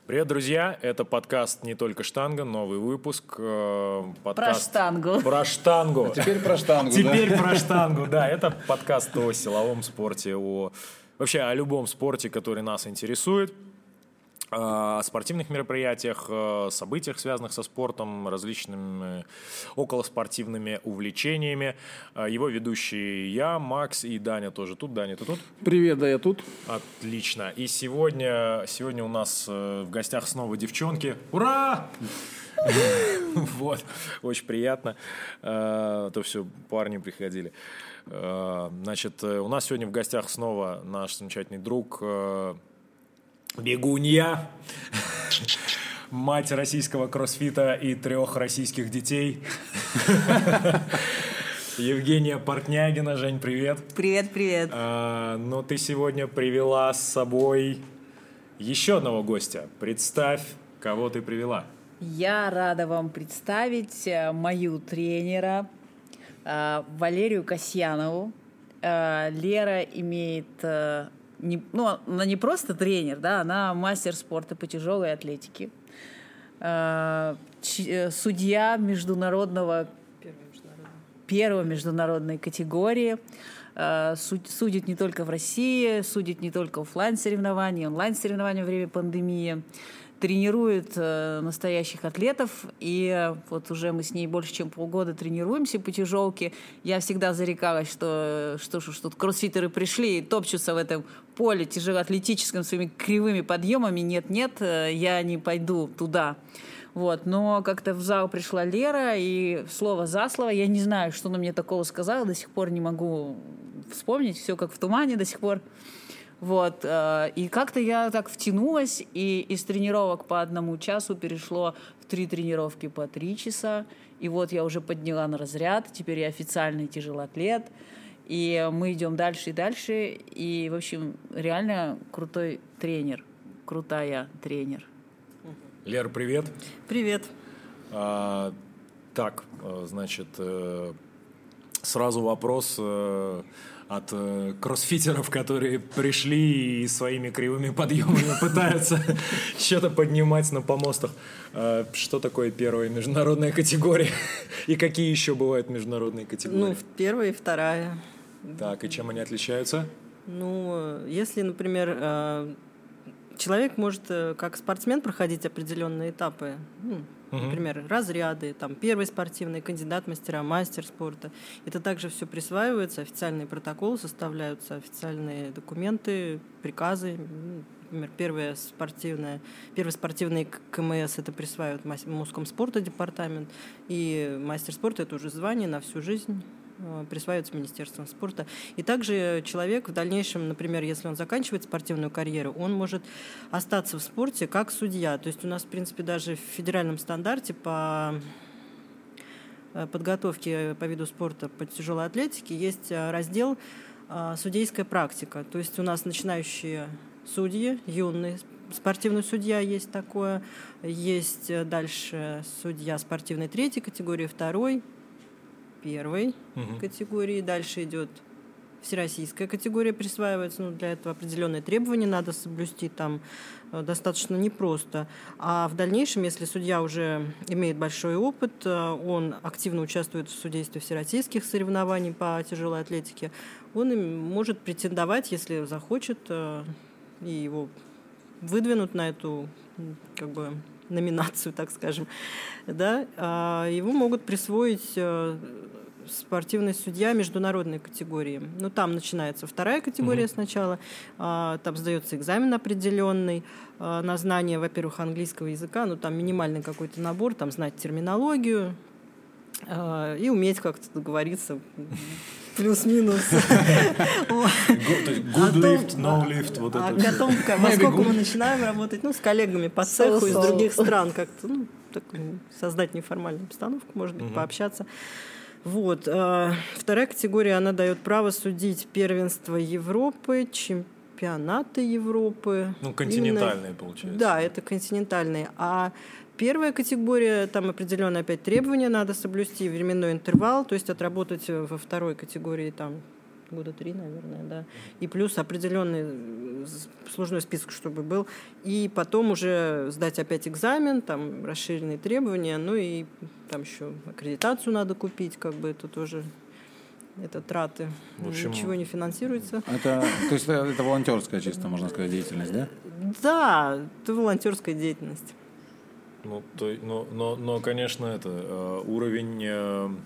Привет, друзья! Это подкаст «Не только штанга», новый выпуск. Про штангу. Про штангу. А теперь про штангу, Теперь про штангу, да. Это подкаст о силовом спорте, вообще о любом спорте, который нас интересует. О спортивных мероприятиях, событиях, связанных со спортом, различными околоспортивными увлечениями. Его ведущие я, Макс и Даня тоже тут. Даня, ты тут? Привет, да, я тут. Отлично. И сегодня у нас в гостях снова девчонки. Ура! Вот, очень приятно. То все парни приходили. Значит, у нас сегодня в гостях снова наш замечательный друг Бегунья, мать российского кроссфита и 3 российских детей. Евгения Портнягина. Жень, привет. Привет. Но ты сегодня привела с собой еще одного гостя. Представь, кого ты привела. Я рада вам представить мою тренера Валерию Касьянову. Лера имеет... она не просто тренер, да, она мастер спорта по тяжелой атлетике, судья первой международной категории, судит не только в России, судит не только офлайн-соревнования, онлайн-соревнования во время пандемии, тренирует настоящих атлетов, и вот уже мы с ней больше чем полгода тренируемся по тяжелке. Я всегда зарекалась, что тут кроссфитеры пришли и топчутся в этом поле тяжелоатлетическом своими кривыми подъемами. Нет, я не пойду туда. Вот. Но как-то в зал пришла Лера, и слово за слово, я не знаю, что она мне такого сказала, до сих пор не могу вспомнить, все как в тумане до сих пор. Вот. И как-то я так втянулась, и из тренировок по 1 часу перешло в 3 тренировки по 3 часа. И вот я уже подняла на разряд, теперь я официальный тяжелоатлет. И мы идем дальше и дальше. И, в общем, реально крутой тренер, крутая тренер. Лер, привет. Привет. Так, значит, сразу вопрос... от кроссфитеров, которые пришли и своими кривыми подъемами пытаются что-то поднимать на помостах. Что такое первая международная категория? И какие еще бывают международные категории? Первая и вторая. Так, и чем они отличаются? Если, например, человек может как спортсмен проходить определенные этапы, например, разряды, первый спортивный, кандидат мастера, мастер спорта. Это также все присваивается, официальные протоколы составляются, официальные документы, приказы. Например, первый спортивный КМС это присваивает Москомспорта департамент, и мастер спорта это уже звание на всю жизнь. Присваивается Министерством спорта. И также человек в дальнейшем, например, если он заканчивает спортивную карьеру, он может остаться в спорте как судья. То есть у нас, в принципе, даже в федеральном стандарте по подготовке по виду спорта по тяжелой атлетике есть раздел «Судейская практика». То есть у нас начинающие судьи, юные, спортивный судья есть такое, есть дальше судья спортивной 3 категории, 2 1 категории, дальше идет всероссийская категория, присваивается, для этого определенные требования надо соблюсти, там достаточно непросто. А в дальнейшем, если судья уже имеет большой опыт, он активно участвует в судействе всероссийских соревнований по тяжелой атлетике, он может претендовать, если захочет, и его выдвинут на эту номинацию, так скажем, да, его могут присвоить спортивный судья международной категории. Там начинается 2 категория сначала, там сдается экзамен определенный на знание, во-первых, английского языка, там минимальный какой-то набор, там знать терминологию и уметь как-то договориться плюс-минус. Good lift, no lift, вот это. А потом, поскольку мы начинаем работать с коллегами по цеху из других стран, как-то создать неформальную обстановку, может быть, пообщаться. Вот. 2 категория, она дает право судить первенство Европы, чемпионаты Европы. Континентальные, получается. Да, это континентальные. А 1 категория, там определенные опять требования надо соблюсти, временной интервал, то есть отработать во 2 категории года 3, наверное, да. И плюс определенный сложный список, чтобы был. И потом уже сдать опять экзамен, там расширенные требования, ну и там еще аккредитацию надо купить, как бы это тоже... Это траты. В общем, ничего не финансируется. То есть это волонтерская чисто, можно сказать, деятельность, да? Да, это волонтерская деятельность. Но, конечно, это уровень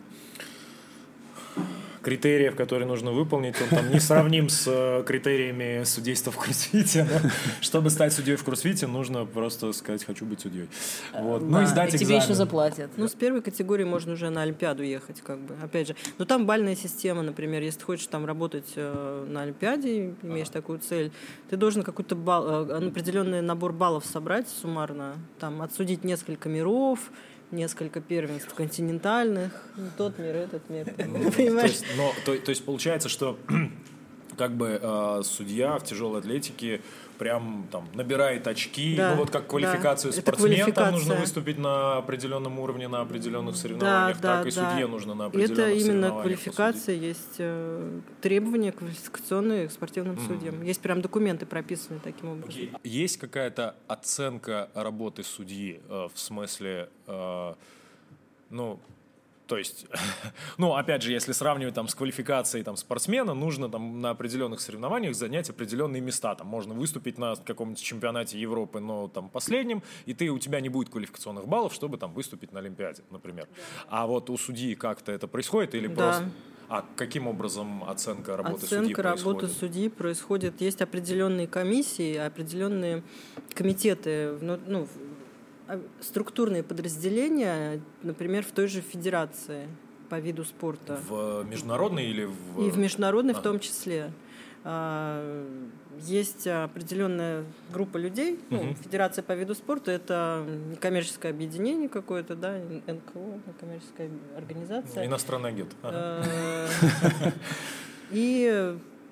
критериев, которые нужно выполнить, он там не сравним с критериями судейства в кроссфите. Чтобы стать судьей в кроссфите, нужно просто сказать: хочу быть судьей. Вот. Да, и сдать и тебе экзамен. еще заплатят. С первой категории можно уже на Олимпиаду ехать, как бы. Опять же, но там бальная система, например, если ты хочешь там работать на Олимпиаде, имеешь такую цель, ты должен какой-то определенный набор баллов собрать суммарно, там отсудить несколько миров, несколько первенств континентальных, тот мир, этот мир. Понимаешь? То есть получается, что как бы судья в тяжелой атлетике прям там набирает очки, да, как квалификацию спортсмена, там нужно выступить на определенном уровне, на определенных соревнованиях, так и судье нужно на определенных соревнованиях. Это именно квалификация, есть требования квалификационные к спортивным судьям. Есть прям документы прописаны таким образом. Есть какая-то оценка работы судьи в смысле, то есть, опять же, если сравнивать там с квалификацией там спортсмена, нужно там на определенных соревнованиях занять определенные места. Там можно выступить на каком-нибудь чемпионате Европы, но там последнем, и у тебя не будет квалификационных баллов, чтобы там выступить на Олимпиаде, например. А вот у судьи как-то это происходит или просто... А каким образом оценка работы судьи происходит? Оценка работы судьи происходит. Есть определенные комиссии, определенные комитеты, структурные подразделения, например, в той же федерации по виду спорта. В международной или в... И в международной в том числе. Есть определенная группа людей. Федерация по виду спорта — это некоммерческое объединение какое-то, да, НКО, некоммерческая организация. Иностранный агент. И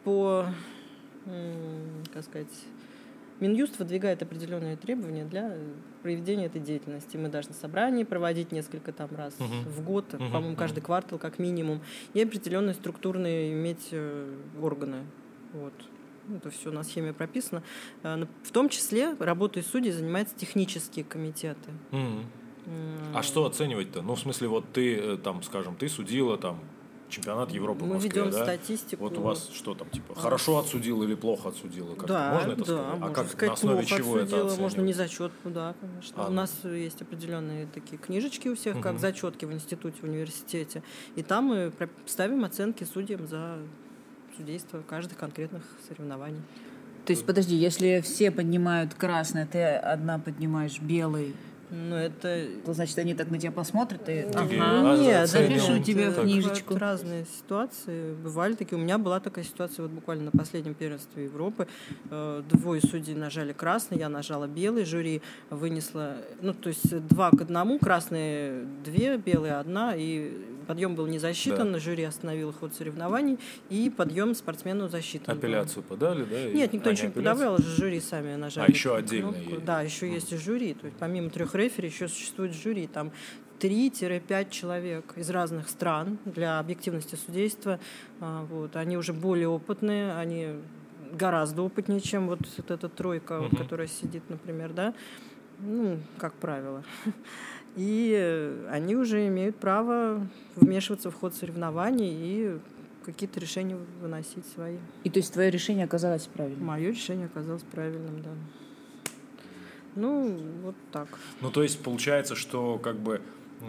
Минюст выдвигает определенные требования для проведения этой деятельности. Мы должны собрания проводить несколько там раз в год, по-моему, каждый квартал как минимум, и определенные структурные иметь органы. Вот. Это все на схеме прописано. В том числе работой судей занимаются технические комитеты. А что оценивать-то? В смысле, вот ты, там, скажем, ты судила там чемпионат Европы в Москве, мы ведем статистику. Вот у вас что там, хорошо отсудила или плохо отсудила? Да, можно это сказать? Можно как сказать, на основе плохо чего отсудила, это оценивать? можно не зачетку, да, конечно. У нас есть определенные такие книжечки у всех, как зачетки в институте, в университете. И там мы ставим оценки судьям за судейство каждых конкретных соревнований. То есть, подожди, если все поднимают красный, ты одна поднимаешь белый, то значит, они так на тебя посмотрят и... Нет, запишу тебе в книжечку. Разные ситуации бывали такие. У меня была такая ситуация вот буквально на последнем первенстве Европы. 2 судей нажали красный, я нажала белый, жюри вынесло, то есть 2-1, красные 2, белые 1, и подъем был не засчитан, жюри остановило ход соревнований, и подъем спортсмену засчитан. Апелляцию подали, да? Нет, никто ничего не подавал, жюри сами нажали. А еще отдельно есть? Да, еще есть жюри. То есть помимо 3 рефери еще существует жюри. Там 3-5 человек из разных стран для объективности судейства. Они уже более опытные, они гораздо опытнее, чем вот эта тройка, которая сидит, например, да? Как правило. И они уже имеют право вмешиваться в ход соревнований и какие-то решения выносить свои. И то есть твое решение оказалось правильным? Мое решение оказалось правильным, да. Вот так. То есть получается, что как бы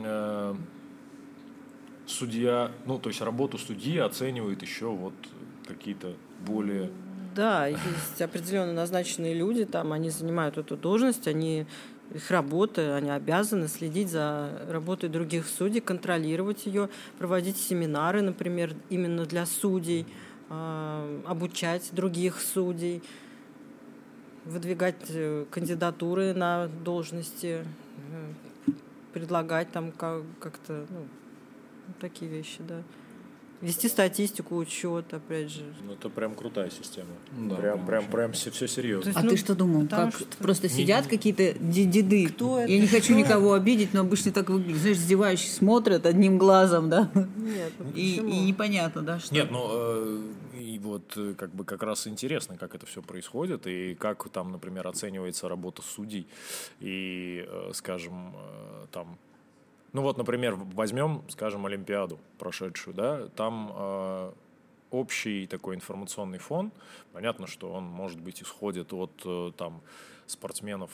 судья, то есть работу судьи оценивают еще вот какие-то более... Да, есть определенно назначенные люди, там они занимают эту должность, их работа, они обязаны следить за работой других судей, контролировать ее, проводить семинары, например, именно для судей, обучать других судей, выдвигать кандидатуры на должности, предлагать там как-то, такие вещи, да. Вести статистику, учет, опять же. Это прям крутая система. Да, прям все серьезно. Ты что думал? Как просто сидят какие-то деды? Кто это? Я не хочу никого обидеть, но обычно так выглядит. Знаешь, издевающие смотрят одним глазом, да? Нет, и непонятно, да, что... Нет, И вот как бы как раз интересно, как это все происходит, и как там, например, оценивается работа судей. И, скажем, там, ну вот, например, возьмем, скажем, Олимпиаду прошедшую, да, там общий такой информационный фон. Понятно, что он, может быть, исходит от там спортсменов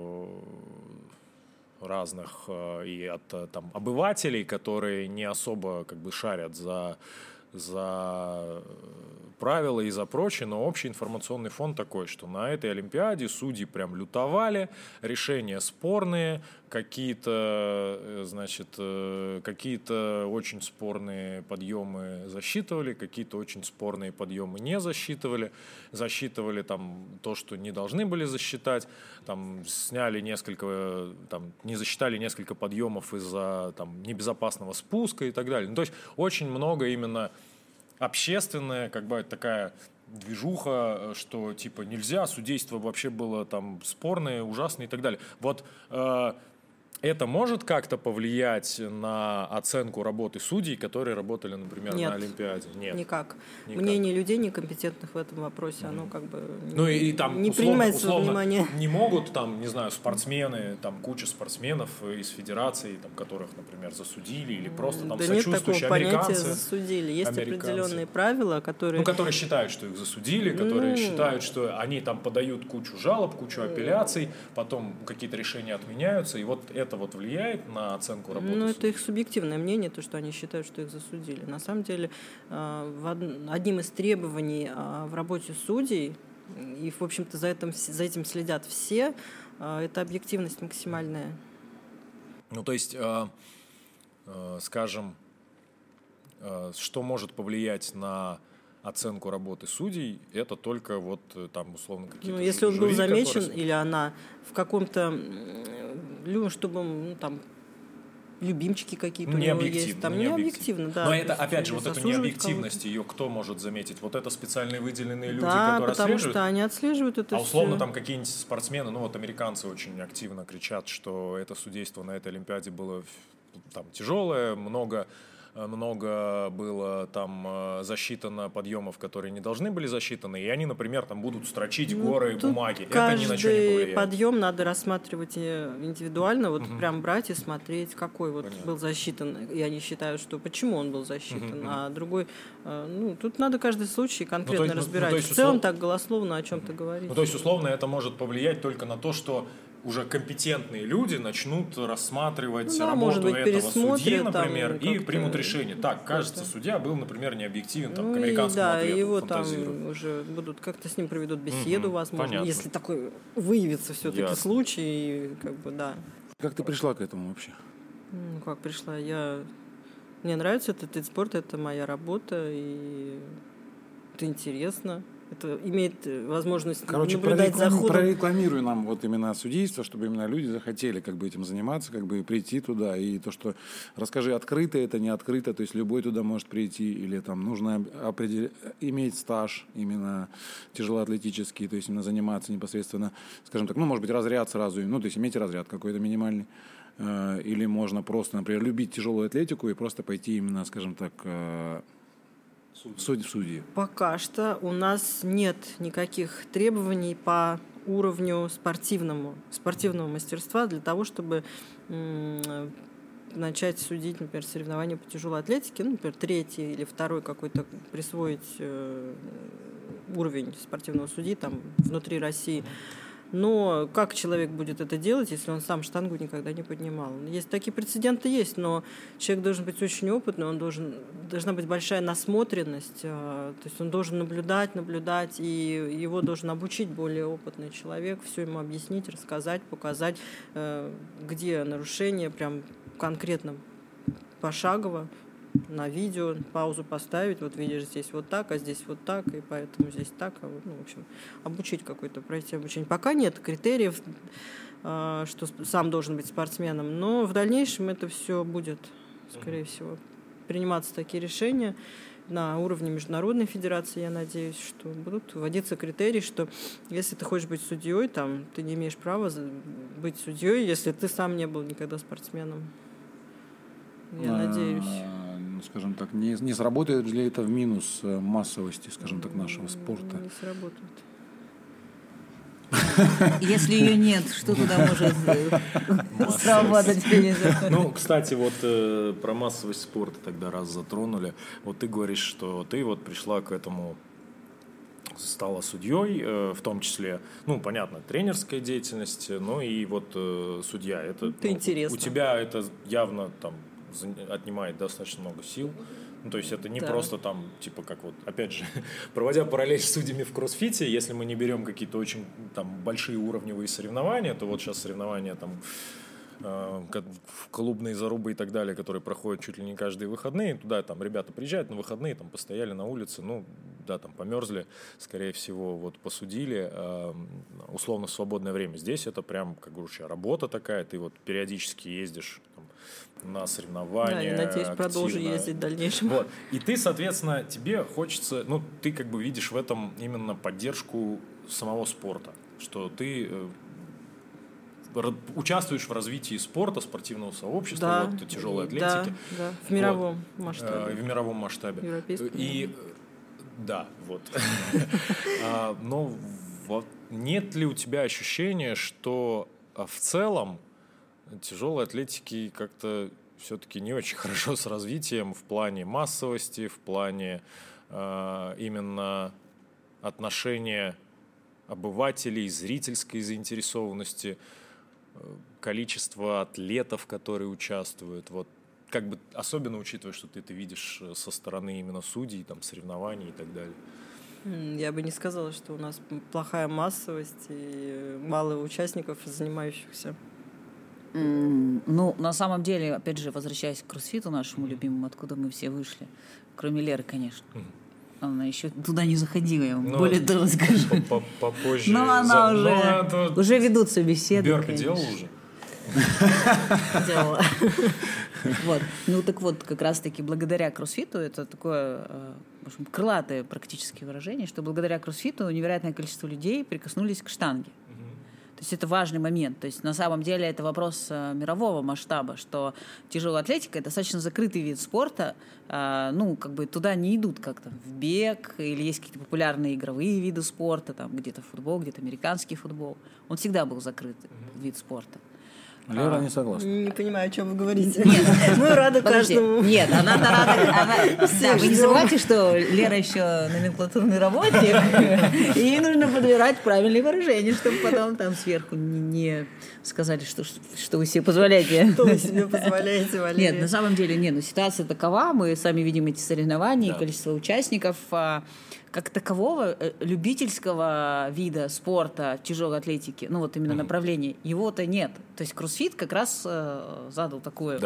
разных и от там обывателей, которые не особо как бы шарят за правила и за прочее, но общий информационный фон такой, что на этой Олимпиаде судьи прям лютовали, решения спорные, какие-то, значит, какие-то очень спорные подъемы засчитывали, какие-то очень спорные подъемы не засчитывали, засчитывали там то, что не должны были засчитать, там сняли несколько, там не засчитали несколько подъемов из-за там небезопасного спуска и так далее. Ну, то есть очень много именно общественная, как бы такая движуха, что типа нельзя, судейство вообще было там спорное, ужасное и так далее. Вот это может как-то повлиять на оценку работы судей, которые работали, например, Нет, на Олимпиаде? Нет, никак. Мнение людей некомпетентных в этом вопросе, оно как бы ну и там не принимается во внимание. Не могут там, не знаю, спортсмены, там куча спортсменов из федерации, там, которых, например, засудили или просто там да нет сочувствующие такого понятия американцы. засудили. Есть определенные правила, которые... Ну, которые считают, что их засудили, которые считают, что они там подают кучу жалоб, кучу апелляций, потом какие-то решения отменяются, и вот это вот влияет на оценку работы судей? Это их субъективное мнение, то, что они считают, что их засудили. На самом деле, одним из требований в работе судей, и, в общем-то, за этим следят все, это объективность максимальная. Ну, то есть, скажем, что может повлиять на оценку работы судей, это только вот там условно какие-то если он был замечен которые... или она в каком-то, чтобы там любимчики какие-то у него есть, там не объективно, да. Но это опять же вот эту необъективность ее кто может заметить? Вот это специальные выделенные люди, которые потому отслеживают. Что они отслеживают это. А условно там какие-нибудь спортсмены, ну вот американцы очень активно кричат, что это судейство на этой Олимпиаде было там тяжелое, много было там засчитано подъемов, которые не должны были засчитаны, и они, например, там будут строчить горы бумаги. Это ни на что не повлияет. Каждый подъем надо рассматривать индивидуально, вот прям брать и смотреть, какой вот был засчитан. И они считают, что почему он был засчитан, а другой... тут надо каждый случай конкретно разбирать. В целом так голословно о чем-то говорить. Ну, то есть, условно, это может повлиять только на то, что уже компетентные люди начнут рассматривать работу этого судьи, например, и примут решение. Так, кажется, судья был, например, необъективен там, к американскому ответу. Да, его там уже будут как-то с ним проведут беседу, возможно, понятно. Если такой выявится все-таки случай, как бы, да. Как ты пришла к этому вообще? Как пришла? Мне нравится этот вид спорта, это моя работа, и это интересно. Это имеет возможность наблюдать за ходом. Прорекламируй нам вот именно судейство, чтобы именно люди захотели как бы этим заниматься, как бы прийти туда. И то, что расскажи, открыто это, не открыто, то есть любой туда может прийти, или там нужно иметь стаж именно тяжелоатлетический, то есть именно заниматься непосредственно, скажем так, может быть, разряд сразу, то есть иметь разряд какой-то минимальный. Или можно просто, например, любить тяжелую атлетику и просто пойти именно, скажем так, судьи. Пока что у нас нет никаких требований по уровню спортивного мастерства для того, чтобы начать судить, например, соревнования по тяжелой атлетике, например, 3-й или 2-й какой-то присвоить уровень спортивного судьи там внутри России. Но как человек будет это делать, если он сам штангу никогда не поднимал? Есть такие прецеденты, но человек должен быть очень опытный, должна быть большая насмотренность, то есть он должен наблюдать, и его должен обучить более опытный человек, все ему объяснить, рассказать, показать, где нарушение, прям конкретно пошагово, на видео, паузу поставить, вот видишь, здесь вот так, а здесь вот так, и поэтому здесь так, в общем, обучить пройти обучение. Пока нет критериев, что сам должен быть спортсменом, но в дальнейшем это все будет, скорее всего, приниматься такие решения на уровне Международной Федерации, я надеюсь, что будут вводиться критерии, что если ты хочешь быть судьей, там, ты не имеешь права быть судьей, если ты сам не был никогда спортсменом. Я надеюсь. скажем так, не сработает ли это в минус массовости, скажем так, нашего спорта? Не сработает. Если ее нет, что туда может сработать? Ну, кстати, вот про массовость спорта тогда раз затронули. Вот ты говоришь, что ты вот пришла к этому, стала судьей, в том числе, ну, понятно, тренерская деятельность, но и вот судья. Это интересно. У тебя это явно там отнимает достаточно много сил. Ну, то есть это не просто там, типа, как вот, опять же, проводя параллель с судьями в кроссфите, если мы не берем какие-то очень там большие уровневые соревнования, то вот сейчас соревнования там клубные зарубы и так далее, которые проходят чуть ли не каждые выходные, туда там ребята приезжают на выходные, там постояли на улице, ну, да, там померзли, скорее всего, вот посудили, условно в свободное время. Здесь это прям, как говорю, работа такая, ты вот периодически ездишь там на соревнования. Да, я надеюсь, продолжу ездить в дальнейшем. Вот. И ты, соответственно, тебе хочется, ну, ты как бы видишь в этом именно поддержку самого спорта, что ты участвуешь в развитии спорта, спортивного сообщества, вот, тяжелой атлетики. Да, в мировом масштабе. В мировом масштабе. Европейском. И да, вот. Но вот нет ли у тебя ощущения, что в целом тяжелой атлетики как-то все-таки не очень хорошо с развитием в плане массовости, в плане именно отношения обывателей, зрительской заинтересованности, количество атлетов, которые участвуют, вот как бы особенно учитывая, что ты это видишь со стороны именно судей, там, соревнований и так далее. Я бы не сказала, что у нас плохая массовость и мало участников, занимающихся. Ну, на самом деле, опять же, возвращаясь к кроссфиту нашему любимому, откуда мы все вышли, кроме Леры, конечно. Она еще туда не заходила, я вам более того скажу. Попозже. Но она уже ведутся беседы. Бёрпи делала уже? Делала. Вот. Ну так вот, как раз-таки благодаря кроссфиту, это такое, в общем, крылатое практически выражение, что благодаря кроссфиту невероятное количество людей прикоснулись к штанге. То есть это важный момент. То есть на самом деле это вопрос мирового масштаба, что тяжелая атлетика — это достаточно закрытый вид спорта. Ну, как бы туда не идут как-то в бег, или есть какие-то популярные игровые виды спорта, там где-то футбол, где-то американский футбол. Он всегда был закрытый вид спорта. Лера не согласна. Не понимаю, о чем вы говорите. Нет, мы рады каждому. Нет, она-то рада. Да, вы не забывайте, что Лера еще номенклатурный работник, и ей нужно подбирать правильные выражения, чтобы потом там сверху не сказали, что вы себе позволяете. Что вы себе позволяете, Валерия? Нет, на самом деле нет. Но ситуация такова, мы сами видим эти соревнования, количество участников. Как такового любительского вида спорта, тяжелой атлетики, ну вот именно направления, его-то нет. То есть кроссфит как раз задал такую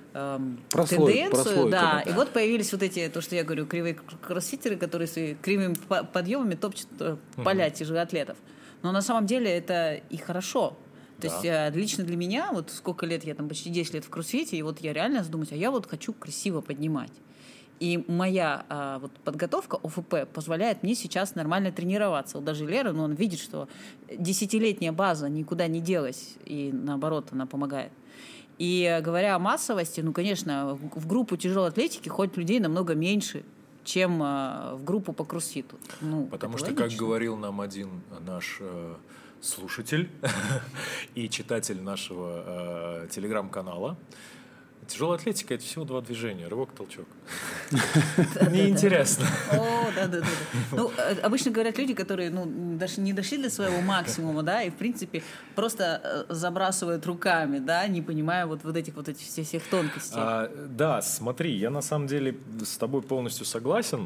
тенденцию. Да. И вот появились вот эти, то, что я говорю, кривые кроссфитеры, которые своими кривыми подъемами топчут поля тяжелоатлетов. Но на самом деле это и хорошо. То есть лично для меня, вот сколько лет, я там почти 10 лет в кроссфите, и вот я реально задумалась, а я вот хочу красиво поднимать. И моя вот подготовка ОФП позволяет мне сейчас нормально тренироваться. Вот даже Лера, он видит, что 10-летняя база никуда не делась, и наоборот, она помогает. И говоря о массовости, ну, конечно, в группу тяжелой атлетики ходит людей намного меньше, чем в группу по кроссфиту. Ну, потому что, как говорил нам один наш слушатель и читатель нашего телеграм-канала, тяжелая атлетика — это всего 2 движения: рывок-толчок. Неинтересно. О, да. Ну, обычно говорят люди, которые даже не дошли до своего максимума, да, и, в принципе, просто забрасывают руками, да, не понимая вот этих всех тонкостей. Да, смотри, я на самом деле с тобой полностью согласен.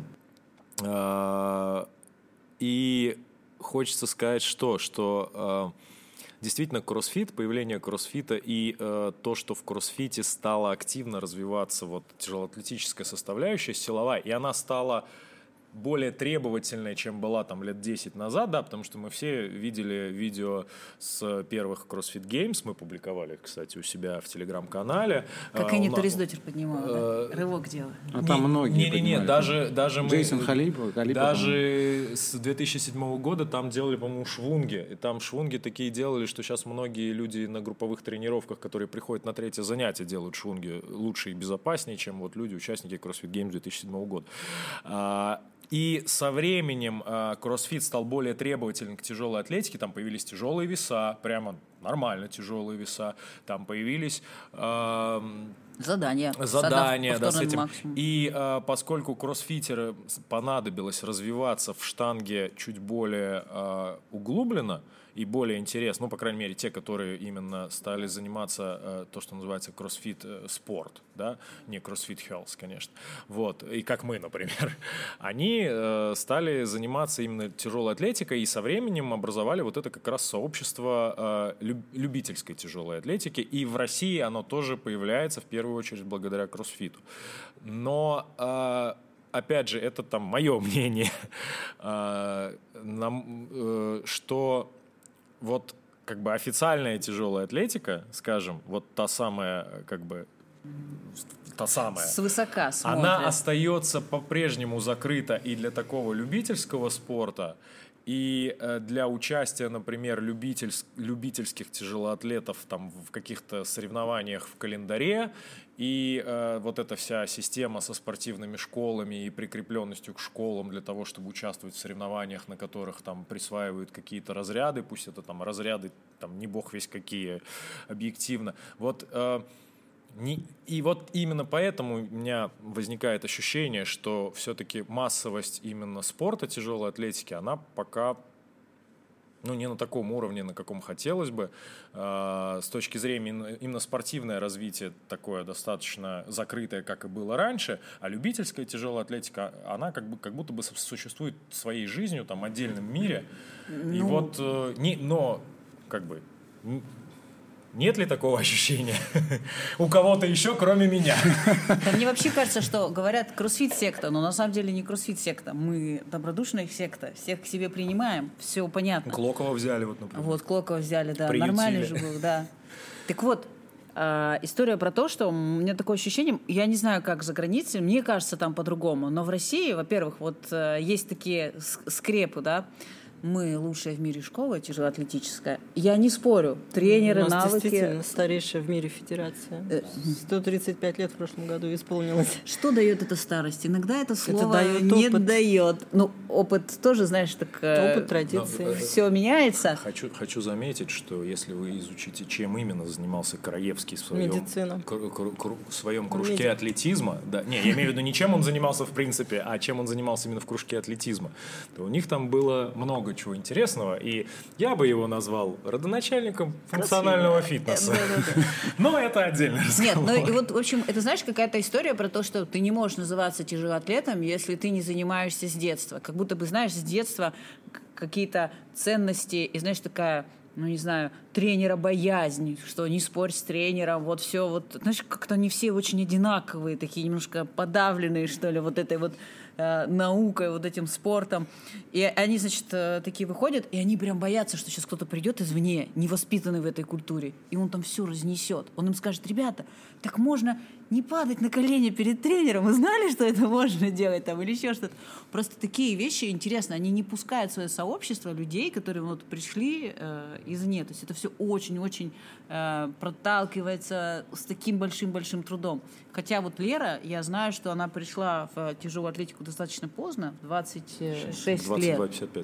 И хочется сказать, что действительно, кроссфит, появление кроссфита и то, что в кроссфите стала активно развиваться вот тяжелоатлетическая составляющая, силовая, и она стала более требовательной, чем была там лет 10 назад, да, потому что мы все видели видео с первых CrossFit Games, мы публиковали, кстати, у себя в Телеграм-канале. Как они турисдотер поднимают, да? Рывок делают. А там многие Не, даже мы... Джейсон Халипов. Даже с 2007 года там делали, по-моему, швунги. И там швунги такие делали, что сейчас многие люди на групповых тренировках, которые приходят на 3-е занятие, делают швунги лучше и безопаснее, чем вот люди, участники CrossFit Games 2007 года. И со временем CrossFit стал более требователен к тяжелой атлетике. Там появились тяжелые веса, прямо нормально тяжелые веса. Там появились... Задания, да, с этим. И поскольку кроссфитеры понадобилось развиваться в штанге чуть более углубленно и более интересно, ну, по крайней мере, те, которые именно стали заниматься то, что называется кроссфит спорт, да, не кроссфит health, конечно, вот, и как мы, например, они стали заниматься именно тяжелой атлетикой и со временем образовали вот это как раз сообщество любительской тяжелой атлетики, и в России оно тоже появляется в первую очередь благодаря кроссфиту. Но опять же, это там мое мнение, что вот как бы официальная тяжелая атлетика, скажем, вот та самая, свысока смотрят. Она остается по-прежнему закрыта и для такого любительского спорта, и для участия, например, любительских тяжелоатлетов там, в каких-то соревнованиях в календаре, и вот эта вся система со спортивными школами и прикрепленностью к школам для того, чтобы участвовать в соревнованиях, на которых там присваивают какие-то разряды, пусть это там разряды, там не бог весь какие, объективно. И вот именно поэтому у меня возникает ощущение, что все-таки массовость именно спорта тяжелой атлетики, она пока не на таком уровне, на каком хотелось бы. С точки зрения именно спортивное развитие такое достаточно закрытое, как и было раньше, а любительская тяжелая атлетика, она как будто бы существует своей жизнью, там, в отдельном мире. И вот, нет ли такого ощущения у кого-то еще, кроме меня? Да, мне вообще кажется, что говорят кроссфит-секта, но на самом деле не кроссфит-секта. Мы добродушная секта, всех к себе принимаем, все понятно. Клокова взяли, вот, например. Вот, Клокова взяли, да. Приютили. Нормальный же был, да. Так вот, история про то, что у меня такое ощущение, я не знаю, как за границей, мне кажется, там по-другому, но в России, во-первых, вот есть такие скрепы, да, мы лучшая в мире школа тяжелоатлетическая. Я не спорю. Тренеры, у нас навыки. Действительно старейшая в мире федерация. 135 лет в прошлом году исполнилось. Что дает эта старость? Иногда это слово дает не опыт. дает. Ну, опыт тоже, знаешь, так... Опыт, традиции. Все меняется. Хочу заметить, что если вы изучите, чем именно занимался Краевский в своем, своем кружке атлетизма, да, не, я имею в виду не чем он занимался в принципе, а чем он занимался именно в кружке атлетизма, то у них там было много чего интересного, и я бы его назвал родоначальником функционального фитнеса. Но это отдельный разговор. Нет, и вот, в общем, это, знаешь, какая-то история про то, что ты не можешь называться тяжелоатлетом, если ты не занимаешься с детства. Как будто бы, знаешь, с детства какие-то ценности, и, знаешь, такая, не знаю, тренера боязнь, что не спорь с тренером, вот все, вот, знаешь, как-то они все очень одинаковые, такие немножко подавленные, что ли, вот этой вот наукой, вот этим спортом. И они, значит, такие выходят, и они прям боятся, что сейчас кто-то придет извне, невоспитанный в этой культуре, и он там все разнесет. Он им скажет: ребята, так можно не падать на колени перед тренером, вы знали, что это можно делать там, или еще что-то. Просто такие вещи интересны, они не пускают в свое сообщество людей, которые вот пришли извне. То есть это все очень-очень проталкивается с таким большим-большим трудом. Хотя вот Лера, я знаю, что она пришла в тяжелую атлетику достаточно поздно, в 26 лет. 22-55.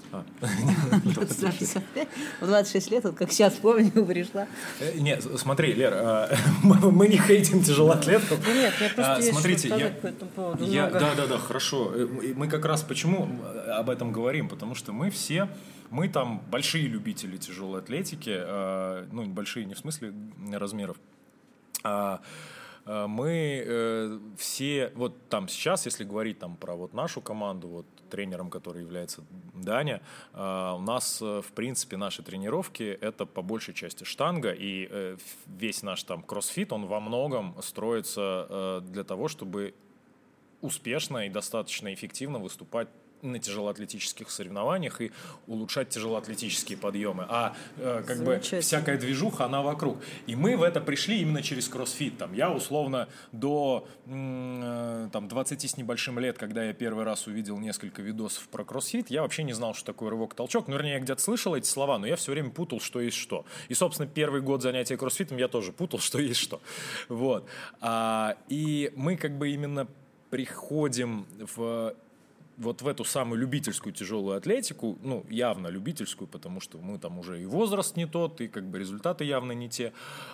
В 26 лет, вот как сейчас помню, пришла. Нет, смотри, Лер, мы не хейтим тяжелоатлетов. Нет, я просто есть смотрите, что сказать по этому поводу. Да, хорошо. Мы как раз почему об этом говорим? Потому что мы там большие любители тяжелой атлетики, большие не в смысле размеров, мы все, вот там сейчас, если говорить там про вот нашу команду, вот тренером, который является Даня, у нас, в принципе, наши тренировки — это по большей части штанга, и весь наш там кроссфит, он во многом строится для того, чтобы успешно и достаточно эффективно выступать на тяжелоатлетических соревнованиях и улучшать тяжелоатлетические подъемы. А как бы всякая движуха, она вокруг. И мы в это пришли именно через кроссфит. Там, я условно до 20 с небольшим лет, когда я первый раз увидел несколько видосов про кроссфит, я вообще не знал, что такое рывок-толчок. Ну, вернее, я где-то слышал эти слова, но я все время путал, что есть что. И, собственно, первый год занятия кроссфитом я тоже путал, что есть что. Вот. И мы как бы именно приходим вот в эту самую любительскую тяжелую атлетику, ну, явно любительскую, потому что мы там уже и возраст не тот, и как бы результаты явно не те.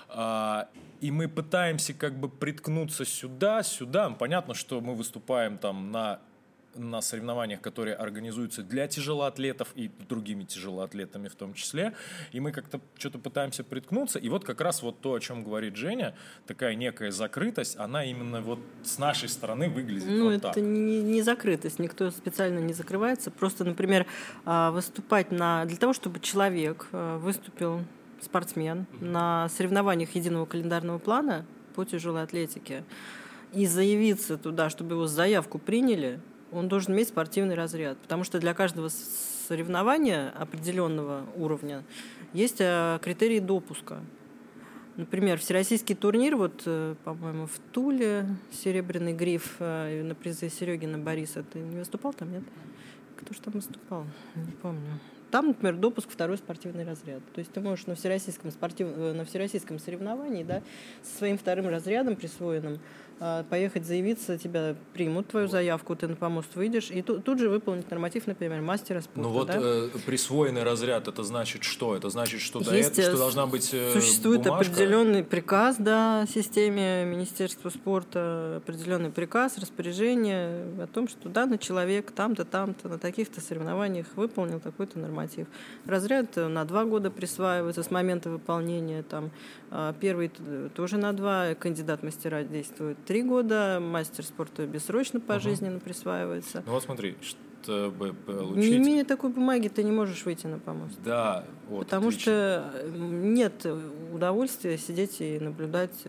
И мы пытаемся как бы приткнуться сюда. Понятно, что мы выступаем там на соревнованиях, которые организуются для тяжелоатлетов и другими тяжелоатлетами в том числе. И мы как-то что-то пытаемся приткнуться. И вот как раз вот то, о чем говорит Женя, такая некая закрытость, она именно вот с нашей стороны выглядит вот так. Ну, это не закрытость, никто специально не закрывается. Просто, например, выступать для того, чтобы человек выступил, спортсмен, на соревнованиях единого календарного плана по тяжелой атлетике и заявиться туда, чтобы его заявку приняли, он должен иметь спортивный разряд, потому что для каждого соревнования определенного уровня есть критерии допуска. Например, всероссийский турнир, вот, по-моему, в Туле, «Серебряный гриф» на призы Серегина Бориса. Ты не выступал там, нет? Кто же там выступал? Не помню. Там, например, допуск второй спортивный разряд. То есть ты можешь на всероссийском соревновании, да, со своим вторым разрядом присвоенным поехать заявиться, тебя примут твою заявку, ты на помост выйдешь, и тут же выполнить норматив, например, мастера спорта. Ну вот да? Присвоенный разряд, это значит что? Это значит, что до этого что должна быть существует бумажка? Определенный приказ, да, в системе Министерства спорта, определенный приказ, распоряжение о том, что данный человек там-то, на таких-то соревнованиях выполнил такой-то норматив. Разряд на 2 года присваивается с момента выполнения, там, первый тоже на 2, кандидат мастера действует 3 года, мастер спорта бессрочно пожизненно присваивается. Ну вот смотри, чтобы получить... Не имея такой бумаги, ты не можешь выйти на помост. Да, вот. Потому отлично. что нет удовольствия сидеть и наблюдать.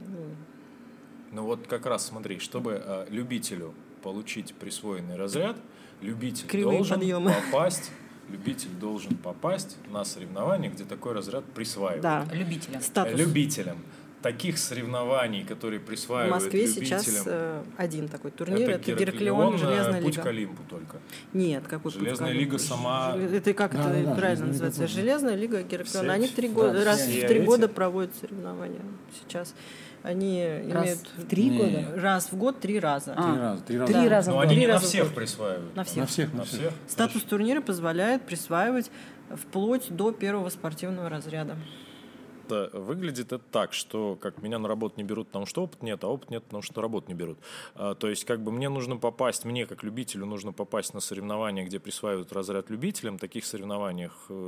Ну вот как раз смотри, чтобы любителю получить присвоенный разряд, любитель должен попасть на соревнования, где такой разряд присваивают. Да. Любителям. Таких соревнований, которые присваивают в Москве любителям. Сейчас один такой турнир, это Гераклион, Железная Путь лига. к Олимпу только. Нет, какой Железная Путь к лига Олимпу? сама... Это как это правильно называется? Железная лига, Гераклион. Они раз в 3 года проводят соревнования сейчас. Они имеют... В 3 года? Раз в год 3 раза. 3 раза. 3 раза в Но год. они не на раза в всех год. присваивают. На всех. На всех. Статус турнира позволяет присваивать вплоть до 1-го спортивного разряда. Выглядит это так, что как меня на работу не берут, потому что опыт нет, а опыт нет, потому что работу не берут. То есть как бы мне как любителю нужно попасть на соревнования, где присваивают разряд любителям. Таких соревнований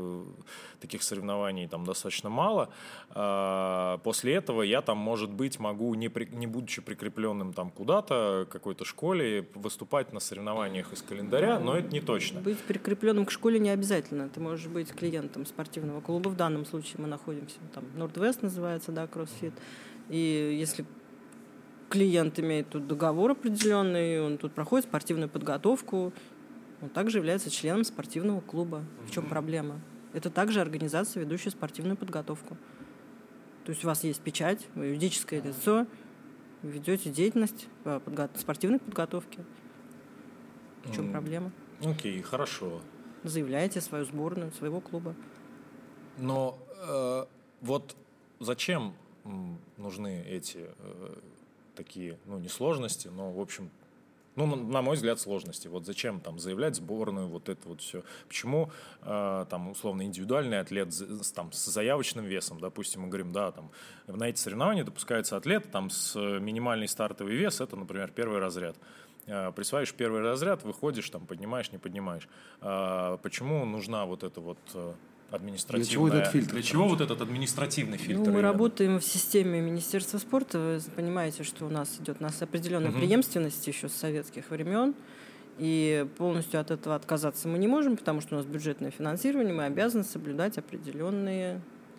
там достаточно мало. После этого я там, может быть, могу, не будучи прикрепленным там куда-то, какой-то школе, выступать на соревнованиях из календаря, но это не точно. Быть прикрепленным к школе не обязательно. Ты можешь быть клиентом спортивного клуба. В данном случае мы находимся там. Норд-Вест называется, да, кроссфит. И если клиент имеет тут договор определенный, он тут проходит спортивную подготовку, он также является членом спортивного клуба. В чем проблема? Это также организация, ведущая спортивную подготовку. То есть у вас есть печать, вы юридическое лицо, вы ведете деятельность по спортивной подготовке. В чем проблема? Окей, хорошо. Заявляете свою сборную, своего клуба. Но вот зачем нужны эти такие, не сложности, но, в общем, на мой взгляд, сложности. Вот зачем там заявлять сборную, вот это вот все. Почему там, условно, индивидуальный атлет там, с заявочным весом, допустим, мы говорим, да, там, на эти соревнования допускается атлет там, с минимальный стартовый вес, это, например, 1-й разряд. Присваиваешь 1-й разряд, выходишь, там, поднимаешь, не поднимаешь. Почему нужна вот эта вот административная... Для чего этот фильтр? Для чего вот этот административный фильтр? Мы работаем в системе Министерства спорта. Вы понимаете, что у нас определенная преемственность еще с советских времен. И полностью от этого отказаться мы не можем, потому что у нас бюджетное финансирование, мы обязаны соблюдать определенные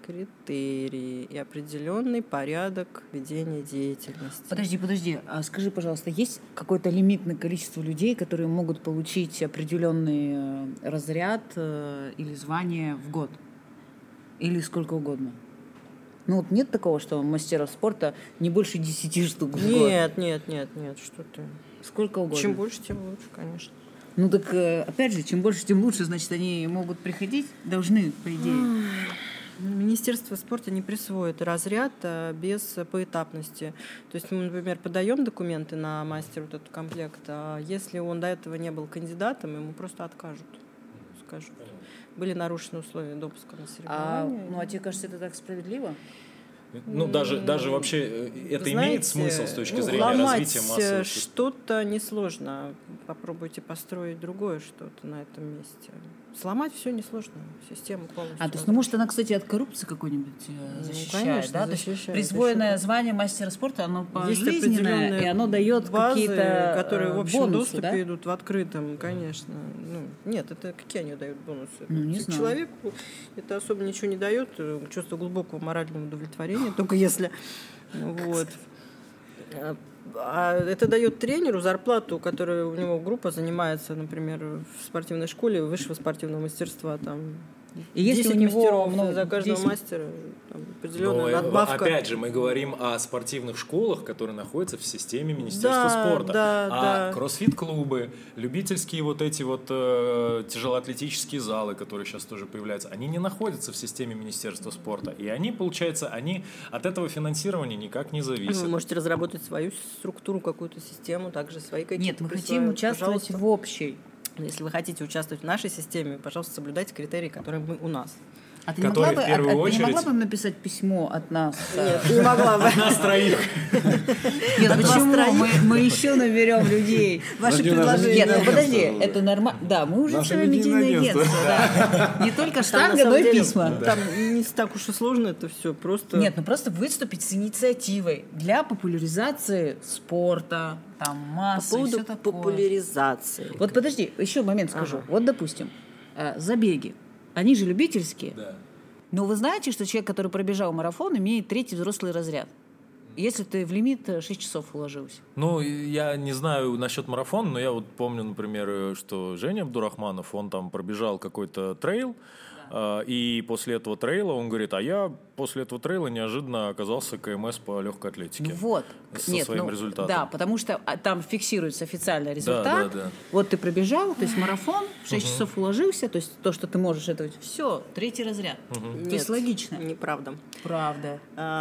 критерии и определенный порядок ведения деятельности. Подожди. А скажи, пожалуйста, есть какое-то лимитное количество людей, которые могут получить определенный разряд или звание в год? Или сколько угодно? Ну вот нет такого, что мастеров спорта не больше 10 штук в год? Нет, что ты. Сколько угодно? Чем больше, тем лучше, конечно. Ну так, опять же, чем больше, тем лучше, значит, они могут приходить, должны, по идее. Министерство спорта не присвоит разряд без поэтапности. То есть мы, например, подаем документы на мастера вот этот комплект, а если он до этого не был кандидатом, ему просто откажут. Скажут. Были нарушены условия допуска на соревнования. А тебе кажется, это так справедливо? Ну, даже вообще это имеет смысл с точки зрения развития массового спорта? Что-то несложно. Попробуйте построить другое что-то на этом месте. Сломать все несложно. Систему полностью. То есть, может, она, кстати, от коррупции какой-нибудь защищает, конечно, да? защищает. То есть присвоенное звание мастера спорта, оно есть пожизненное, и оно дает базы, какие-то которые в общем бонусы, доступе да? идут в открытом, конечно. Нет, это какие они дают бонусы? Не знаю. Человеку это особо ничего не дает, чувство глубокого морального удовлетворения, только если вот. А это дает тренеру зарплату, которая у него группа занимается, например, в спортивной школе высшего спортивного мастерства, там. И если 10 у него мастеров за каждого 10... мастера там, определенная надбавка. Опять же, мы говорим о спортивных школах, которые находятся в системе Министерства спорта. Да. Кроссфит-клубы, любительские вот эти вот тяжелоатлетические залы, которые сейчас тоже появляются, они не находятся в системе Министерства спорта. И они, получается, они от этого финансирования никак не зависят. Вы можете разработать свою структуру, какую-то систему, также свои какие-то. Нет, мы хотим участвовать в общей. Если вы хотите участвовать в нашей системе, пожалуйста, соблюдайте критерии, которые мы у нас. А ты не могла бы им написать письмо от нас? Нет, не могла бы. От нас троих. Нет, почему? Мы еще наберем людей. Ваши предложения. Нет, подожди, это нормально. Да, мы уже целое медийное агентство. Не только штанга, но и письма. Там не так уж и сложно это все, просто... Нет, просто выступить с инициативой для популяризации спорта, там, массы, По все поводу такое. популяризации. Вот подожди, еще момент скажу. Вот, допустим, забеги. Они же любительские. Да. Но вы знаете, что человек, который пробежал марафон, имеет 3-й взрослый разряд. Если ты в лимит 6 часов уложился. Ну, я не знаю насчет марафона, но я вот помню, например, что Женя Абдурахманов, он там пробежал какой-то трейл, и после этого трейла он говорит, а я после этого трейла неожиданно оказался КМС по легкой атлетике. Вот. Со своим результатом. Да, потому что там фиксируется официальный результат. Да. Вот ты пробежал, то есть марафон, в 6 часов уложился, то есть то, что ты можешь, это все, 3-й разряд. То есть логично. Неправда. Правда.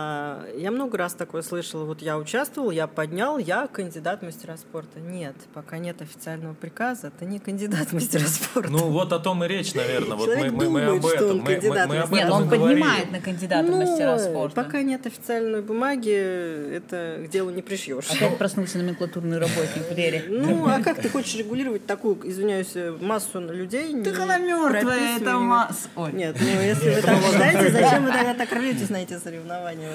Я много раз такое слышала. Вот я участвовал, я поднял, я кандидат в мастера спорта. Нет, пока нет официального приказа, ты не кандидат в мастера спорта. Ну, вот о том и речь, наверное. Вот мы об что этом. он кандидат в Нет, мастера он спорта. поднимает на кандидата в мастера спорта. Пока нет официальной бумаги, это к делу не пришьешь. Опять проснулся номенклатурный работник в деле. Ну, а как ты хочешь регулировать такую, извиняюсь, массу людей? Так она мертвая, это масса. Нет, ну если вы так считаете, зачем вы тогда так рветесь на эти соревнования?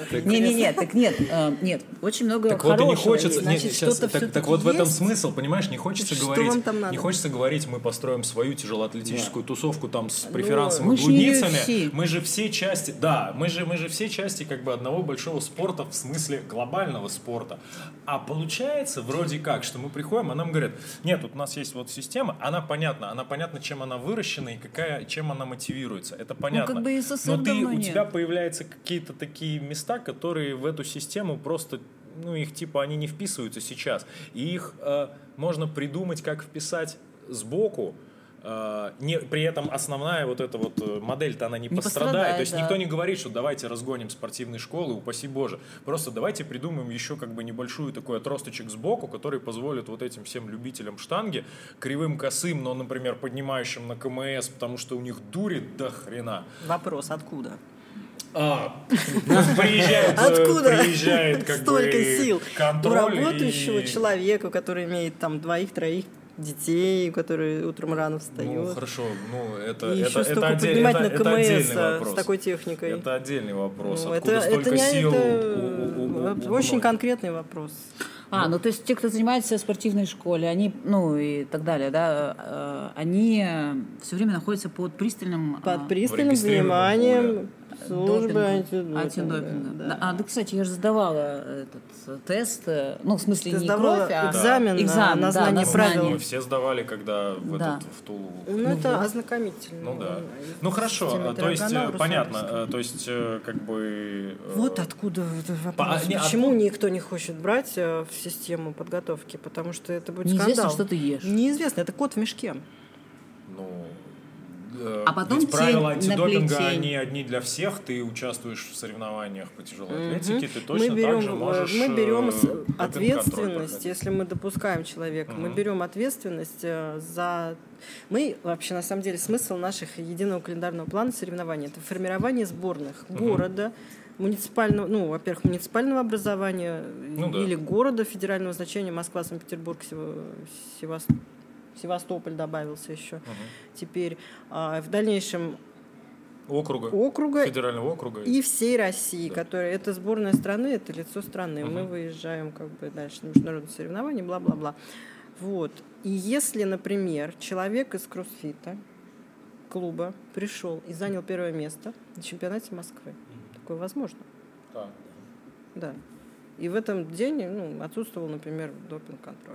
Нет, очень много так вот и хорошего не хочется, есть. Значит, сейчас, что-то так вот в этом есть? смысл, понимаешь, не хочется Что говорить, вам там надо? не хочется говорить, мы построим свою тяжелоатлетическую тусовку там с преферансом мы и же не блудницами, UFC. мы же все части, да, мы же все части как бы одного большого спорта в смысле глобального спорта, а получается вроде как, что мы приходим, а нам говорят, нет, вот у нас есть вот система, она понятна, чем она выращена и чем она мотивируется, это понятно, как бы и СССР но давно у нет. тебя появляются какие-то такие места, которые в эту систему просто, ну, их типа они не вписываются сейчас. И их можно придумать, как вписать сбоку. При этом основная вот эта вот модель-то она не пострадает. То есть никто не говорит, что давайте разгоним спортивные школы, упаси Боже. Просто давайте придумаем еще как бы небольшую такой отросточек сбоку, который позволит вот этим всем любителям штанги, кривым, косым, но, например, поднимающим на КМС, потому что у них дурит до хрена. Вопрос, откуда? Приезжает как столько бы сил контроль у работающего человека, который имеет там 2-3 детей, который утром рано встает. Ну, хорошо, это и еще столько отдельный поднимать на КМС вопрос. с такой техникой. Это отдельный вопрос. Ну, Откуда столько сил? Очень конкретный вопрос. Ну то есть те, кто занимается в спортивной школе, они, ну и так далее, да, они все время находятся под пристальным вниманием Службы антидопинга. Да. Да, кстати, я же сдавала этот тест, ну, в смысле, Ты не сдавала кровь, а экзамен на знание правил. Мы все сдавали, когда в Тулу. Ну, это ознакомительно. Ну, да. Ну, хорошо, то есть, понятно, то есть, как бы... Вот откуда вопрос. Почему никто не хочет брать в систему подготовки? Потому что это будет скандал. Неизвестно, что ты ешь. Неизвестно, это кот в мешке. Ну... А потом ведь правила антидопинга, они одни для всех. Ты участвуешь в соревнованиях по тяжелой атлетике, ты точно так же можешь... Мы берем ответственность, если мы допускаем человека, мы берем ответственность за... Мы вообще, на самом деле, смысл наших единого календарного плана соревнований — это формирование сборных города, муниципального, ну, во-первых, муниципального образования или города федерального значения Москва, Санкт-Петербург, Севастополь добавился еще теперь. В дальнейшем округа, федерального округа. И всей России, которая... Это сборная страны, это лицо страны. Мы выезжаем как бы дальше на международные соревнования, бла-бла-бла. Вот. И если, например, человек из кроссфита, клуба, пришел и занял первое место на чемпионате Москвы, такое возможно. Да. И в этом день отсутствовал, например, допинг-контроль.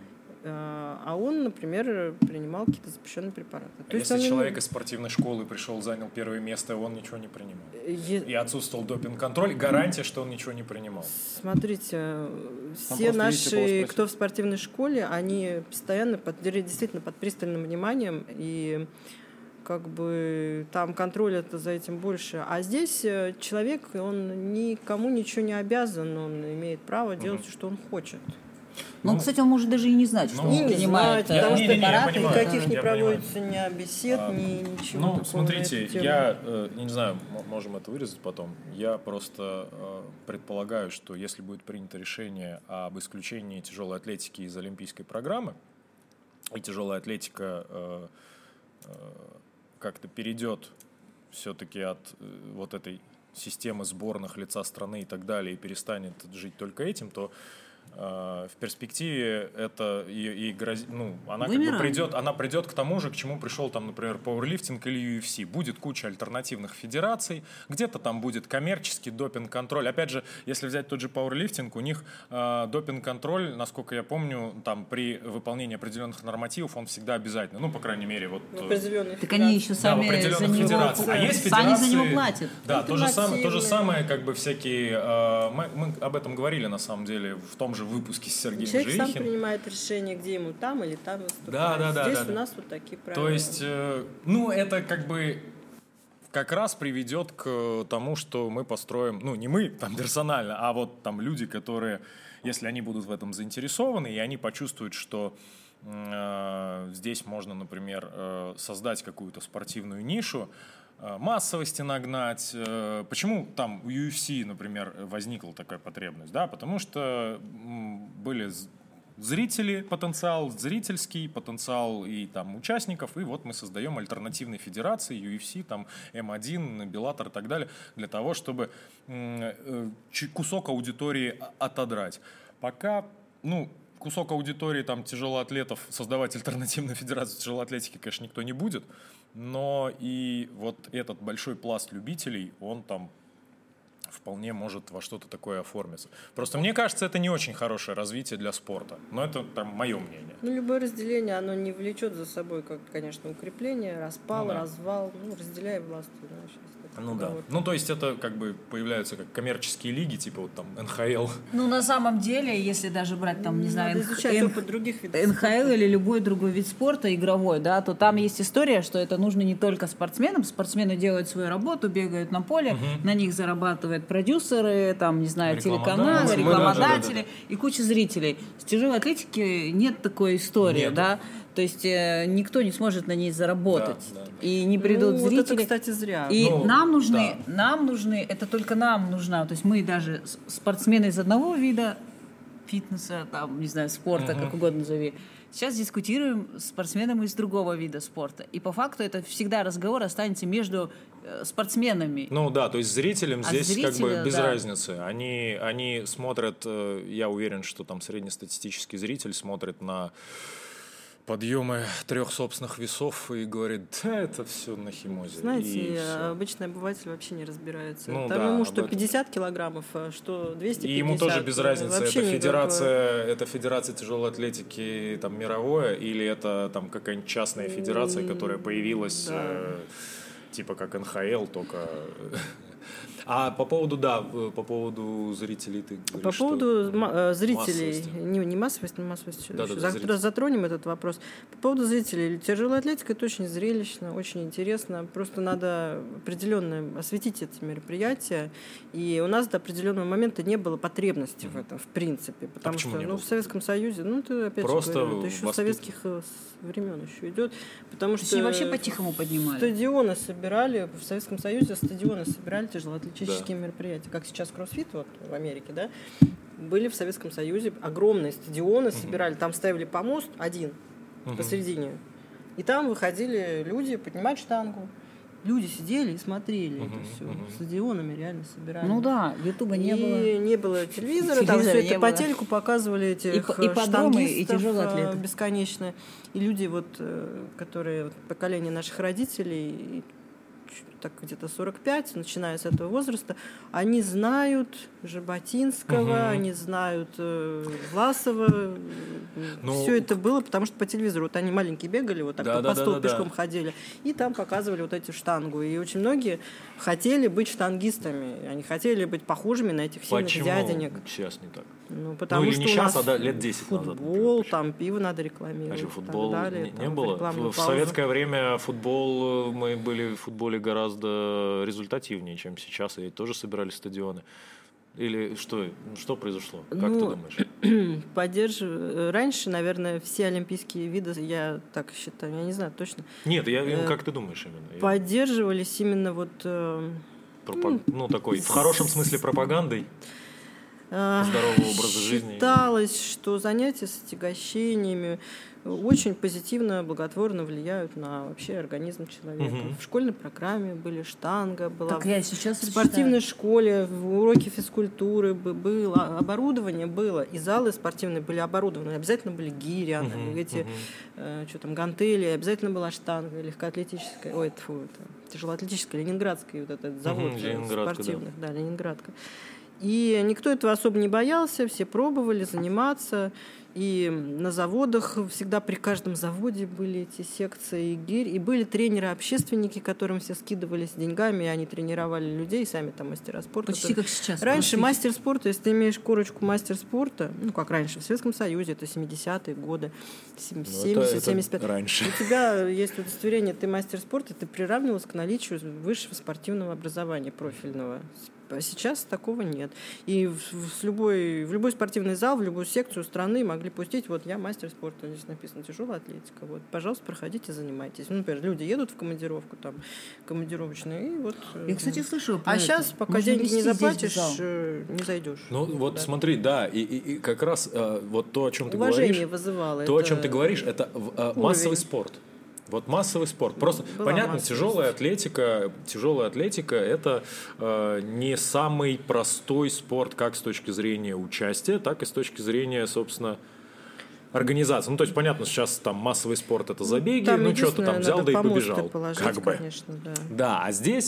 А он, например, принимал какие-то запрещенные препараты. То есть если человек из спортивной школы пришел, занял первое место, он ничего не принимал? И отсутствовал допинг-контроль, гарантия, что он ничего не принимал? Смотрите, все наши, кто в спортивной школе, они постоянно действительно под пристальным вниманием, и как бы там контроля-то за этим больше. А здесь человек, он никому ничего не обязан, он имеет право делать, что он хочет. Ну, кстати, он может даже и не знать, что он принимает препараты. Никаких не проводится ни бесед, ни ничего такого. Ну, смотрите, я не знаю, можем это вырезать потом. Я просто предполагаю, что если будет принято решение об исключении тяжелой атлетики из олимпийской программы, и тяжелая атлетика как-то перейдет все-таки от вот этой системы сборных, лица страны и так далее, и перестанет жить только этим, то в перспективе это и грозит, она как бы придет к тому же, к чему пришел там, например, пауэрлифтинг или UFC. Будет куча альтернативных федераций, где-то там будет коммерческий допинг-контроль. Опять же, если взять тот же пауэрлифтинг, у них допинг-контроль, насколько я помню, там при выполнении определенных нормативов он всегда обязательный. Ну, по крайней мере, вот. Так они еще сами за него платят. Да, то же самое, как бы всякие. Мы об этом говорили на самом деле в том же выпуске с Сергеем Жирихиным. Человек сам принимает решение, где ему там или там выступать. Здесь у нас вот такие правила. То есть, это как бы как раз приведет к тому, что мы построим, не мы там персонально, а вот там люди, которые, если они будут в этом заинтересованы, и они почувствуют, что здесь можно, например, создать какую-то спортивную нишу, массовости нагнать. Почему там у UFC, например, возникла такая потребность? Да, потому что были зрители, зрительский потенциал и там участников, и вот мы создаем альтернативные федерации, UFC, там М1, Беллатор и так далее, для того, чтобы кусок аудитории отодрать. Пока, кусок аудитории там тяжелоатлетов, создавать альтернативную федерацию тяжелой атлетики, конечно, никто не будет, но и вот этот большой пласт любителей, он там вполне может во что-то такое оформиться. Просто мне кажется, это не очень хорошее развитие для спорта. Но это там мое мнение. Любое разделение, оно не влечет за собой, как, конечно, укрепление, распал, развал. Разделяй власть. То есть это как бы появляются как коммерческие лиги, типа вот там НХЛ. На самом деле, если даже брать там, не знаю, изучать опыт других видов НХЛ или любой другой вид спорта игровой, да, то там есть история, что это нужно не только спортсменам. Спортсмены делают свою работу, бегают на поле, на них зарабатывают продюсеры, там, не знаю, телеканалы, рекламодатели и куча зрителей. С тяжелой атлетики нет такой истории, да. То есть никто не сможет на ней заработать. И не придут зрители. Вот это, кстати, зря. И нам нужны, это только нам нужна. То есть мы даже спортсмены из одного вида фитнеса, там, не знаю, спорта, как угодно назови. Сейчас дискутируем с спортсменами из другого вида спорта. И по факту это всегда разговор останется между спортсменами. То есть зрителям здесь как бы без разницы. Они смотрят, я уверен, что там среднестатистический зритель смотрит на подъемы 3 собственных весов и говорит, да, это все на химозе. Знаете, обычный обыватель вообще не разбирается. Ну, там да, ему что об этом. 50 килограммов, а что 250. И ему тоже без разницы, Вообще это федерация тяжелой атлетики там, мировое, или это там какая-нибудь частная федерация, которая появилась, типа как НХЛ, только... А по поводу зрителей ты говоришь, По поводу зрителей, массовости. не массовость, но массовость. Да, затронем этот вопрос. По поводу зрителей. Тяжелая атлетика — это очень зрелищно, очень интересно. Просто надо определенно осветить эти мероприятия. И у нас до определенного момента не было потребности в этом, в принципе. Потому что в Советском Союзе, это опять же говорю, это еще с советских времен еще идет. Потому что вообще по-тихому поднимали. Стадионы собирали, в Советском Союзе стадионы собирали тяжелоатлетические мероприятия. Как сейчас кроссфит в Америке, да? Были в Советском Союзе огромные стадионы, собирали, там ставили помост один посередине, и там выходили люди поднимать штангу. Люди сидели и смотрели это все. Стадионами реально собирали. Ну да, Ютуба не было. И не было телевизора, там все это по телеку показывали этих штангистов бесконечно. И люди, которые поколение наших родителей, так где-то 45, начиная с этого возраста, они знают Жаботинского, они знают Власова. Все это было, потому что по телевизору они маленькие бегали, по столу пешком ходили, и там показывали эту штангу. И очень многие хотели быть штангистами, они хотели быть похожими на этих сильных дяденек. Почему сейчас не так? Потому что не сейчас, лет 10 назад. Футбол, там пиво надо рекламировать. А что, футбол далее, не было? В советское время мы были в футболе гораздо результативнее, чем сейчас, и тоже собирали стадионы. Или что произошло? Как ты думаешь? Раньше, наверное, все олимпийские виды, я так считаю, я не знаю точно. Нет, как ты думаешь именно? Поддерживались именно такой, в хорошем смысле, пропагандой здорового образа жизни. Считалось, что занятия с отягощениями очень позитивно, благотворно влияют на вообще организм человека. В школьной программе были штанга, была в спортивной школе, в уроке физкультуры было, оборудование было, и залы спортивные были оборудованы, обязательно были гири, гантели, обязательно была штанга легкоатлетическая, тяжелоатлетическая, ленинградская, этот завод спортивных, Ленинградка. И никто этого особо не боялся, все пробовали заниматься. И на заводах всегда при каждом заводе были эти секции и гирь. И были тренеры-общественники, которым все скидывались деньгами, и они тренировали людей, сами там мастера спорта. Почти как сейчас. Раньше мастер спорта, если ты имеешь корочку мастер спорта, как раньше, в Советском Союзе, это 70-е годы, 70-75. Раньше. У тебя есть удостоверение, ты мастер спорта, ты приравнивался к наличию высшего спортивного образования профильного. А сейчас такого нет. И в любой спортивный зал, в любую секцию страны могли пустить, я мастер спорта, здесь написано тяжелая атлетика, пожалуйста, проходите, занимайтесь. Например, люди едут в командировку, командировочные, и Я, кстати, слышала про А это. сейчас, пока деньги не заплатишь, не зайдешь. Смотри, и как раз то, о чем ты говоришь. Уважение вызывало. То, о чем ты говоришь, это массовый спорт. Массовый спорт. Просто понятно, тяжелая атлетика это не самый простой спорт как с точки зрения участия, так и с точки зрения, собственно, организации. То есть, понятно, сейчас там массовый спорт это забеги, что-то там взял, да и побежал. Конечно, да. Да, а здесь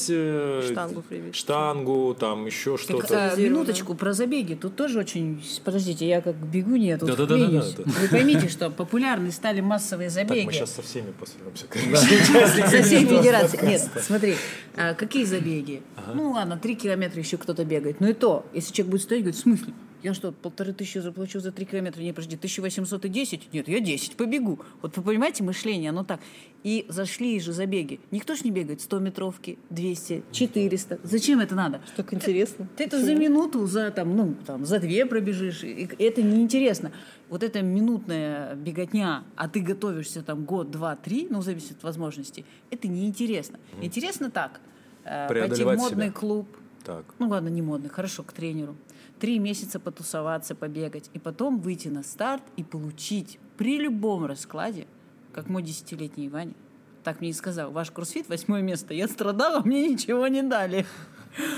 штангу, там еще что-то. Минуточку про забеги. Тут тоже очень... Подождите, я как бегу, нет, тут Да. Вы поймите, что популярны стали массовые забеги. Так, мы сейчас со всеми посмотримся. Со всей федерацией. Нет, смотри, какие забеги? Ладно, 3 километра еще кто-то бегает. Но и то, если человек будет стоять, говорит, в смысле? Я что, 1500 заплачу за 3 километра? Не, подожди, 1810? Нет, я 10 побегу. Вы понимаете, мышление, оно так. И зашли же забеги. Никто ж не бегает 100-метровки, 200, 400. Зачем это надо? Так интересно. Ты это за минуту, за 2 пробежишь. И это неинтересно. Эта минутная беготня, а ты готовишься год, 2, 3, в зависимости от возможностей, это неинтересно. Интересно так. Пойти в модный клуб. Так. Ладно, не модный, хорошо, к тренеру. 3 месяца потусоваться, побегать, и потом выйти на старт и получить при любом раскладе, как мой 10-летний Ваня, так мне и сказал, ваш кроссфит 8 место, я страдала, мне ничего не дали.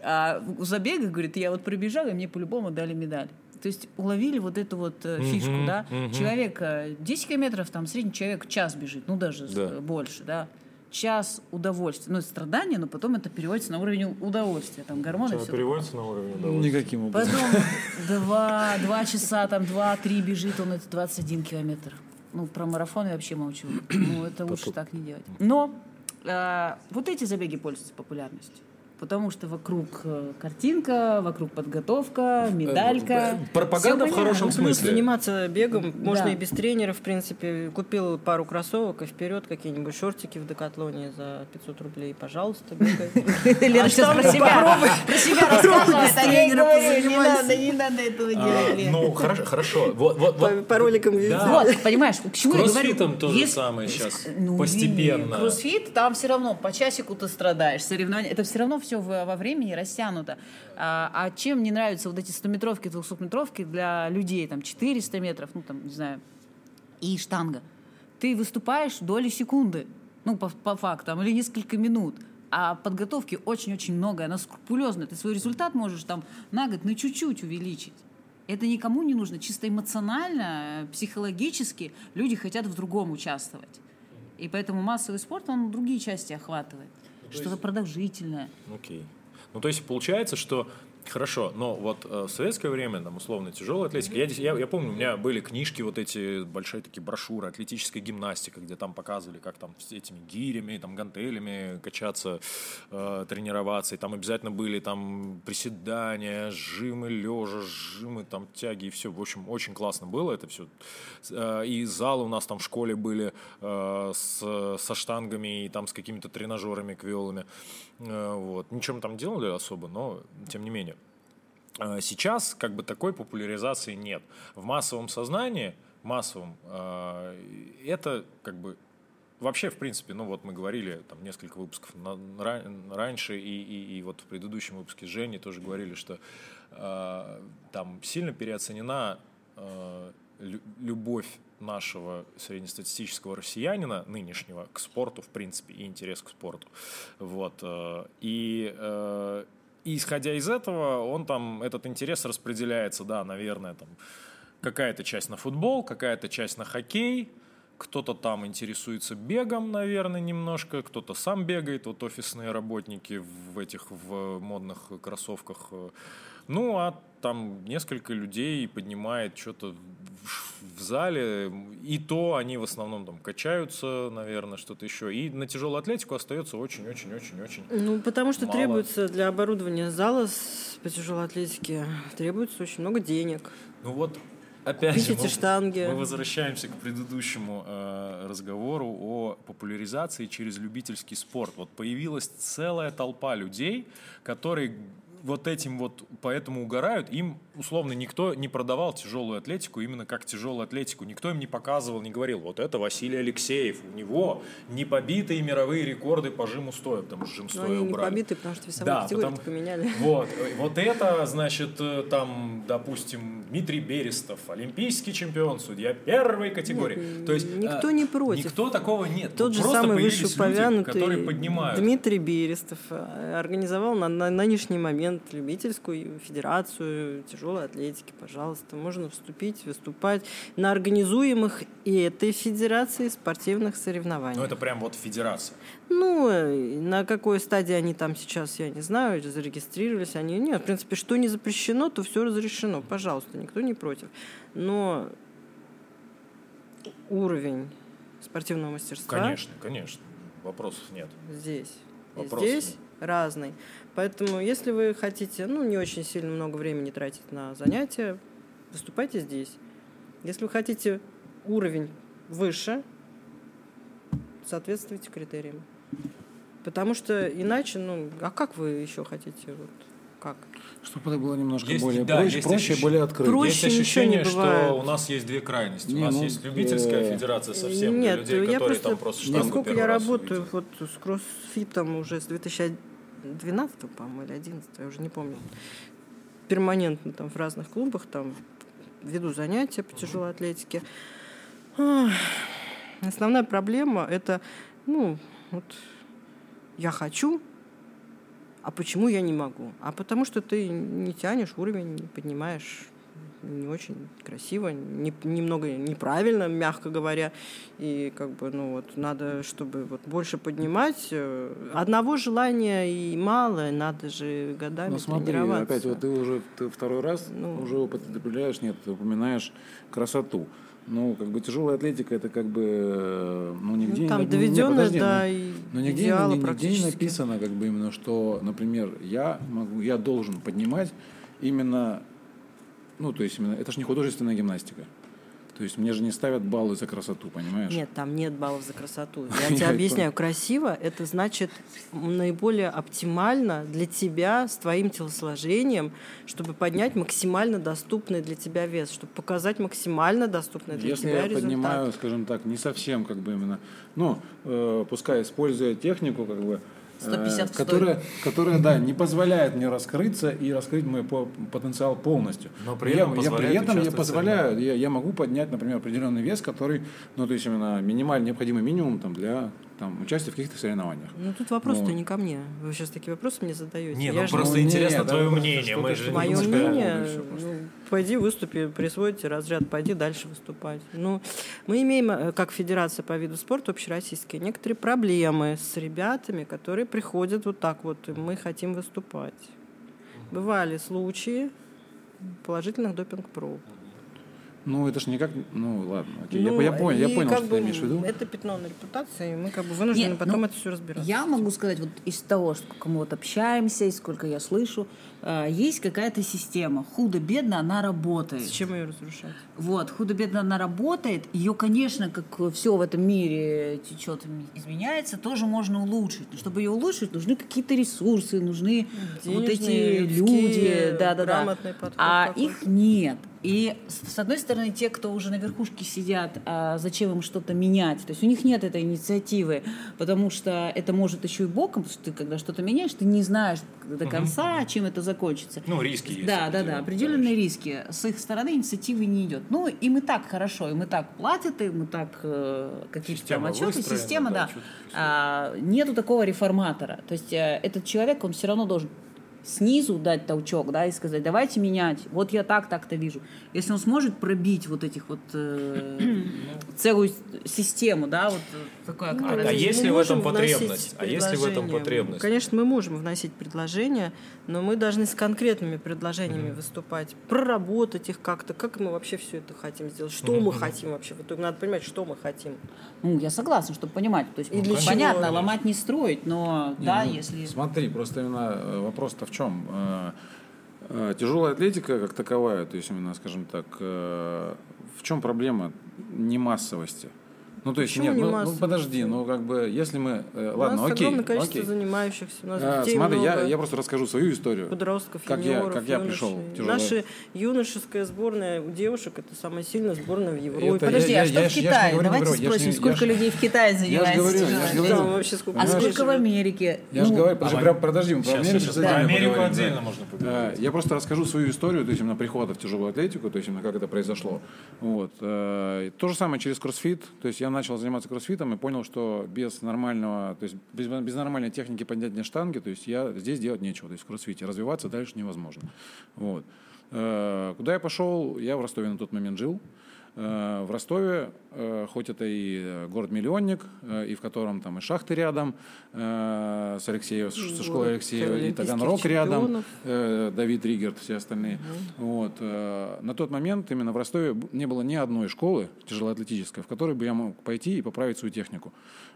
А у забега, говорит, я вот пробежала, и мне по-любому дали медаль. То есть уловили вот эту вот фишку, да. Человек 10 километров, там средний человек час бежит, ну даже больше, да. Час удовольствия. Ну, страдания, но потом это переводится на уровень удовольствия. Там гормоны все. Переводится на уровень удовольствия? Никаким образом. Потом 2 часа, там 2-3 бежит, он это 21 километр. Ну, про марафон я вообще молчу. Ну, это лучше так не делать. Но вот эти забеги пользуются популярностью. Потому что вокруг картинка, вокруг подготовка, медалька. Пропаганда в хорошем смысле. Заниматься бегом можно и без тренера, в принципе. Купил пару кроссовок и вперед какие-нибудь шортики в Декатлоне за 500 рублей. Пожалуйста, бегай. Лера сейчас про себя рассказывает, а я ей говорю, не надо этого делать. Ну, хорошо. По роликам видео. Вот, понимаешь, к чему я говорю? Кроссфитом то же самое сейчас, постепенно. Кроссфит, там все равно по часику ты страдаешь. Соревнования, это все равно все во времени растянуто. А чем мне нравятся вот эти 100-метровки, 200-метровки для людей, там, 400 метров, ну, там, не знаю, и штанга. Ты выступаешь доли секунды, ну, по факту, или несколько минут. А подготовки очень-очень много, она скрупулезная. Ты свой результат можешь там на год на чуть-чуть увеличить. Это никому не нужно. Чисто эмоционально, психологически люди хотят в другом участвовать. И поэтому массовый спорт, он другие части охватывает. Что-то продолжительное. Окей. Ну, то есть получается, что хорошо, но вот в советское время, там, условно, тяжелая атлетика. Я помню, у меня были книжки, вот эти большие такие брошюры, атлетическая гимнастика, где там показывали, как там с этими гирями, там, гантелями качаться, тренироваться. И там обязательно были там приседания, жимы лежа, жимы, там, тяги и все. В общем, очень классно было это все. И залы у нас там в школе были со штангами и там с какими-то тренажерами квелыми. Вот. Ничего мы там делали особо, но тем не менее. Сейчас как бы такой популяризации нет. В массовом сознании, это как бы вообще, в принципе, ну вот мы говорили там несколько выпусков раньше, и вот в предыдущем выпуске с Женей тоже говорили, что там сильно переоценена любовь нашего среднестатистического россиянина, нынешнего, к спорту, в принципе, и интерес к спорту. Вот. И исходя из этого, он там, этот интерес распределяется, да, наверное, там какая-то часть на футбол, какая-то часть на хоккей, кто-то там интересуется бегом, наверное, немножко, кто-то сам бегает, вот офисные работники в модных кроссовках. Ну, а там несколько людей поднимает что-то в зале, и то они в основном там качаются, наверное, что-то еще. И на тяжелую атлетику остается очень-очень-очень-очень Ну, потому что мало. требуется для оборудования зала по тяжелой атлетике, требуется очень много денег. Ну вот, опять же, штанги. мы возвращаемся к предыдущему разговору о популяризации через любительский спорт. Вот появилась целая толпа людей, которые вот этим вот поэтому угорают. Им, условно, никто не продавал тяжелую атлетику именно как тяжелую атлетику. Никто им не показывал, не говорил, вот это Василий Алексеев, у него не побитые мировые рекорды по жиму стоя, потому что жим стоя убрали. Они не побитые, потому что весовую категорию поменяли. Вот это, значит, там, допустим, Дмитрий Берестов, олимпийский чемпион, судья первой категории. Нет, то есть никто не против. Никто такого нет. Тот же просто самый появились люди, которые поднимают. Дмитрий Берестов организовал на нынешний момент любительскую федерацию тяжелой атлетики. Пожалуйста, можно вступить, выступать на организуемых и этой федерации спортивных соревнований. Ну, это прям вот федерация. Ну, на какой стадии они там сейчас, я не знаю, зарегистрировались они. Нет, в принципе, что не запрещено, то все разрешено. Пожалуйста, никто не против. Но уровень спортивного мастерства... Конечно. Вопросов нет. Здесь Нет. разный. Поэтому, если вы хотите, не очень сильно много времени тратить на занятия, выступайте здесь. Если вы хотите уровень выше, соответствуйте критериям. Потому что иначе, а как вы еще хотите? Как? Чтобы это было немножко более проще, более открыто. Есть ощущение, что у нас есть две крайности. У нас есть любительская федерация совсем для людей, которые там просто штангу насколько первый я раз работаю увидели. вот с кроссфитом уже с 2012, по-моему, или 2011, я уже не помню. Перманентно там в разных клубах там веду занятия по тяжелой атлетике. Основная проблема — это, я хочу, А почему я не могу? А потому что ты не тянешь уровень, не поднимаешь не очень красиво, немного неправильно, мягко говоря. И как бы, надо, чтобы больше поднимать. Одного желания и мало, надо же годами тренироваться. Опять ты второй раз уже употребляешь, ты упоминаешь красоту. Тяжелая атлетика, это нигде там доведенная до идеала нигде не написано, именно, что, например, я должен поднимать именно, именно, это же не художественная гимнастика. То есть мне же не ставят баллы за красоту, понимаешь? Нет, там нет баллов за красоту. Я тебе объясняю, красиво — это значит наиболее оптимально для тебя, с твоим телосложением, чтобы поднять максимально доступный для тебя вес, чтобы показать максимально доступный для тебя результат. Если я поднимаю, скажем так, не совсем именно, пускай используя технику, 150 которая, не позволяет мне раскрыться и раскрыть мой потенциал полностью. Но при этом я позволяю, я могу поднять, например, определенный вес, который, именно необходимый минимум для участия в каких-то соревнованиях. Тут вопрос-то не ко мне. Вы сейчас такие вопросы мне задаете. Нет, просто интересно твое мнение. Мое мнение, пойди выступи, присвойте разряд, пойди дальше выступать. Мы имеем, как Федерация по виду спорта общероссийская, некоторые проблемы с ребятами, которые приходят и мы хотим выступать. Бывали случаи положительных допинг-проб. Это ж никак... ладно, окей. Я понял, что ты имеешь в виду. Это пятно на репутации, и мы вынуждены потом это все разбираться. Я могу сказать, из того, сколько мы общаемся, и сколько я слышу, есть какая-то система. Худо-бедно она работает. Зачем ее разрушать? Худо-бедно она работает. Ее, конечно, как все в этом мире течет, изменяется, тоже можно улучшить. Но чтобы ее улучшить, нужны какие-то ресурсы, нужны денежные, эти люди. Грамотный подход. А их нет. И, с одной стороны, те, кто уже на верхушке сидят, зачем им что-то менять? То есть у них нет этой инициативы, потому что это может еще и боком, потому что ты, когда что-то меняешь, ты не знаешь до конца, чем это закончится. Риски есть. Да, определенные риски. С их стороны инициативы не идет. Им и так хорошо, им и так платят, им и так какие-то там отчеты, система, нету такого реформатора. То есть этот человек, он все равно должен снизу дать толчок, и сказать, давайте менять, я так-то вижу. Если он сможет пробить этих целую систему, такое, которая... есть ли в этом потребность? Конечно, мы можем вносить предложения, но мы должны с конкретными предложениями выступать, проработать их как-то, как мы вообще все это хотим сделать, что мы хотим вообще. Надо понимать, что мы хотим. Я согласна, чтобы понимать. То есть, понятно, ломать не строить, но если... Смотри, просто именно вопрос-то в чем? Тяжелая атлетика как таковая, то есть именно, скажем так, в чем проблема немассовости? То есть почему нет, подожди, если мы... Ладно, у нас окей. огромное количество занимающихся, у нас детей смотри, много, я просто расскажу свою историю. Подростков, как юниоров, я пришел. Наша юношеская сборная у девушек — это самая сильная сборная в Европе. Подожди, что в Китае? Давайте спросим, сколько людей в Китае занимается? А сколько в Америке? Я же говорю, подожди, про Америку отдельно можно поговорить. Я просто расскажу свою историю, то есть именно прихода в тяжелую атлетику, то есть именно как это произошло. То же самое через кроссфит, то есть я начал заниматься кроссфитом и понял, что без нормального, то есть без нормальной техники поднятия штанги, то есть я здесь делать нечего, то есть в кроссфите развиваться дальше невозможно. Куда я пошел? Я в Ростове на тот момент жил. В Ростове, хоть это и город-миллионник, и в котором там и шахты рядом, со школой Алексеева, и Таганрог рядом, Давид Ригерт, все остальные. На тот момент именно в Ростове не было ни одной школы тяжелоатлетической, в которой бы я мог пойти и поправить свою технику.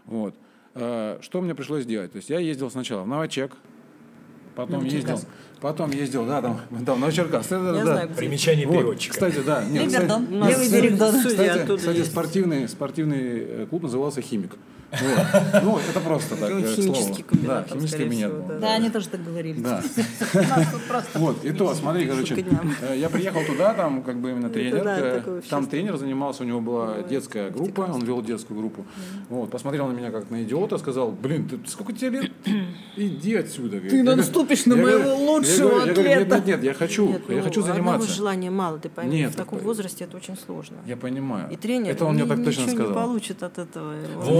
Что мне пришлось делать? То есть я ездил сначала в Новочек, потом ездил, там Новочеркасск. Примечание переводчика. Кстати, да. Левый берег Дона. Кстати, спортивный клуб назывался «Химик». Это просто так. Химический комбинат. Да, химический кабинет. Да, они тоже так говорили. Да. И то, смотри, я приехал туда, там именно тренер. Там тренер занимался, у него была детская группа, он вел детскую группу. Посмотрел на меня как на идиота, сказал, сколько тебе лет? Иди отсюда. Ты наступишь на моего лучшего атлета. Нет, я хочу заниматься. Одного желания мало, ты пойми, в таком возрасте это очень сложно. Я понимаю. И тренер это он мне так точно ничего сказал. не получит от этого.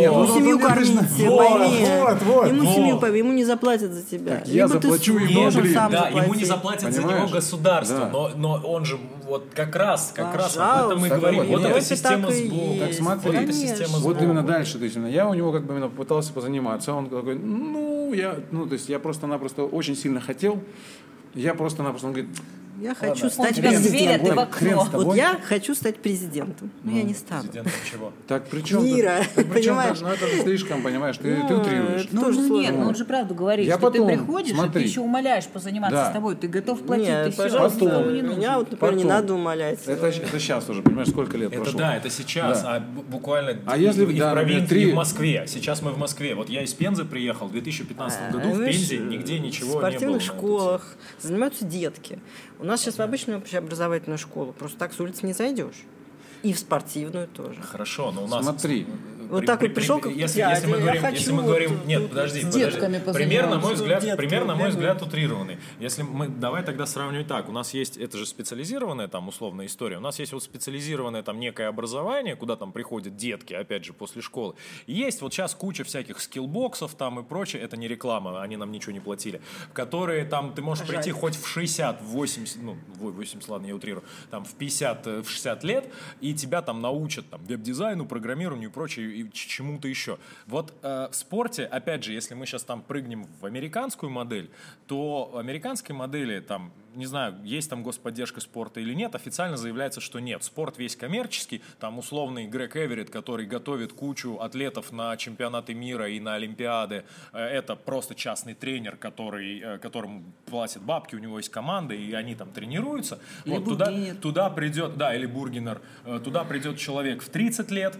семью кормить, пойми. Ему семью вот. пойми, ему не заплатят за тебя. Так я Либо ты заплачу ему, должен блин. сам Да, ему не заплатить. заплатит за Понимаешь? него государство, Да. но он же вот как раз об Пожалуйста. этом мы Так говорим. вот, Вот ну, эта это система так и сбоку. есть. Так смотри, Вот эта Конечно. система вот сбоку. именно дальше, то есть именно я у него как бы именно попытался позаниматься, он такой, то есть я просто-напросто очень сильно хотел, я просто-напросто, он говорит, Я хочу Он стать тебя зверя, ты в хрен с окно. тобой. Вот я хочу стать президентом, но я не стану. Президентом чего? Так при чем? Мира, понимаешь? Ну это же слишком, понимаешь, ты утрируешь. Ну, тоже нет, сложно. ну он же правду говорит, Я что потом, ты приходишь, и смотри. ты еще умоляешь позаниматься Да. с тобой, ты готов платить, Нет, ты все, пожалуйста, Потом. не нужно. меня вот, например, не Потом. надо умолять. Это сейчас уже, понимаешь, сколько лет Это прошло. да, это сейчас, Да. а буквально А если бы, и да, в например, провинции, и 3 в Москве. Сейчас мы в Москве. Вот я из Пензы приехал в 2015 году, в Знаешь, Пензе нигде ничего в не было. спортивных на эту школах занимаются детки. У нас сейчас в обычную общеобразовательную школу просто так с улицы не зайдешь. И в спортивную тоже. тему. Хорошо, но у нас... Смотри. Вот так вот пришел, как если, дядя, если мы я говорим, хочу если мы говорим, вот нет, тут подожди, с детками пример, на мой позаниматься. взгляд, Детками пример, на мой бегают. взгляд, утрированный. Если мы, давай тогда сравнивать так, у нас есть, это же специализированная там условная история, у нас есть вот специализированное там некое образование, куда там приходят детки, опять же, после школы. И есть вот сейчас куча всяких скиллбоксов там и прочее, это не реклама, они нам ничего не платили, в которые там ты можешь прийти хоть в 60, в 80, ну, 80, ладно, я утрирую, там в 50, в 60 лет, и тебя там научат там веб-дизайну, программированию и прочее, и чему-то еще. Вот в спорте, опять же, если мы сейчас там прыгнем в американскую модель, то в американской модели там, не знаю, есть там господдержка спорта или нет, официально заявляется, что нет. Спорт весь коммерческий, там условный Грег Эверетт, который готовит кучу атлетов на чемпионаты мира и на Олимпиады, это просто частный тренер, которому платят бабки, у него есть команда, и они там тренируются. Или Вот, Бургинер. туда придет, да, или Бургинер, туда придет человек в 30 лет,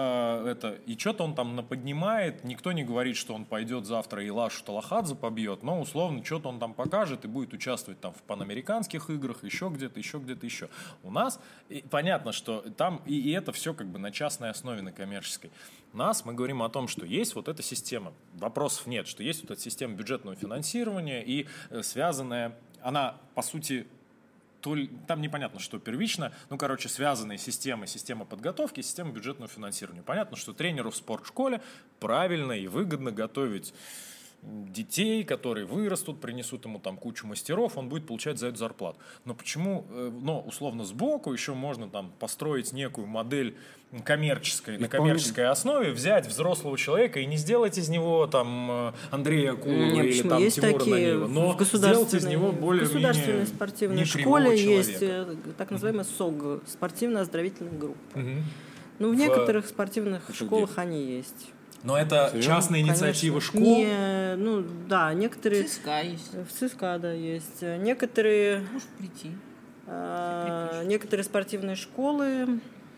и что-то он там наподнимает, никто не говорит, что он пойдет завтра и Лашу Талахадзе побьет, но условно что-то он там покажет и будет участвовать там в панамериканских играх, еще где-то. У нас, понятно, что там, и это все как бы на частной основе, на коммерческой. У нас мы говорим о том, что есть вот эта система, вопросов нет, что есть вот эта система бюджетного финансирования и связанная, она по сути... Там непонятно, что первично, связанные система подготовки, система бюджетного финансирования. Понятно, что тренеру в спортшколе правильно и выгодно готовить детей, которые вырастут, принесут ему там кучу мастеров, он будет получать за это зарплату. Но почему, условно сбоку еще можно там построить некую модель на коммерческой основе, взять взрослого человека и не сделать из него там Андрея Акулова или почему? там Есть Тимура такие Нанеева, но в сделать из него более-менее государственной спортивной некривого школе человека. есть так называемая СОГ, спортивно-оздоровительная группа. Мгм. Ну, в некоторых спортивных Это школах где? они есть. Но это Серьезно? частная инициатива Конечно. школ. Да, некоторые... ЦСКА есть, В ЦСКА, да, есть. Некоторые, можешь прийти. некоторые спортивные школы,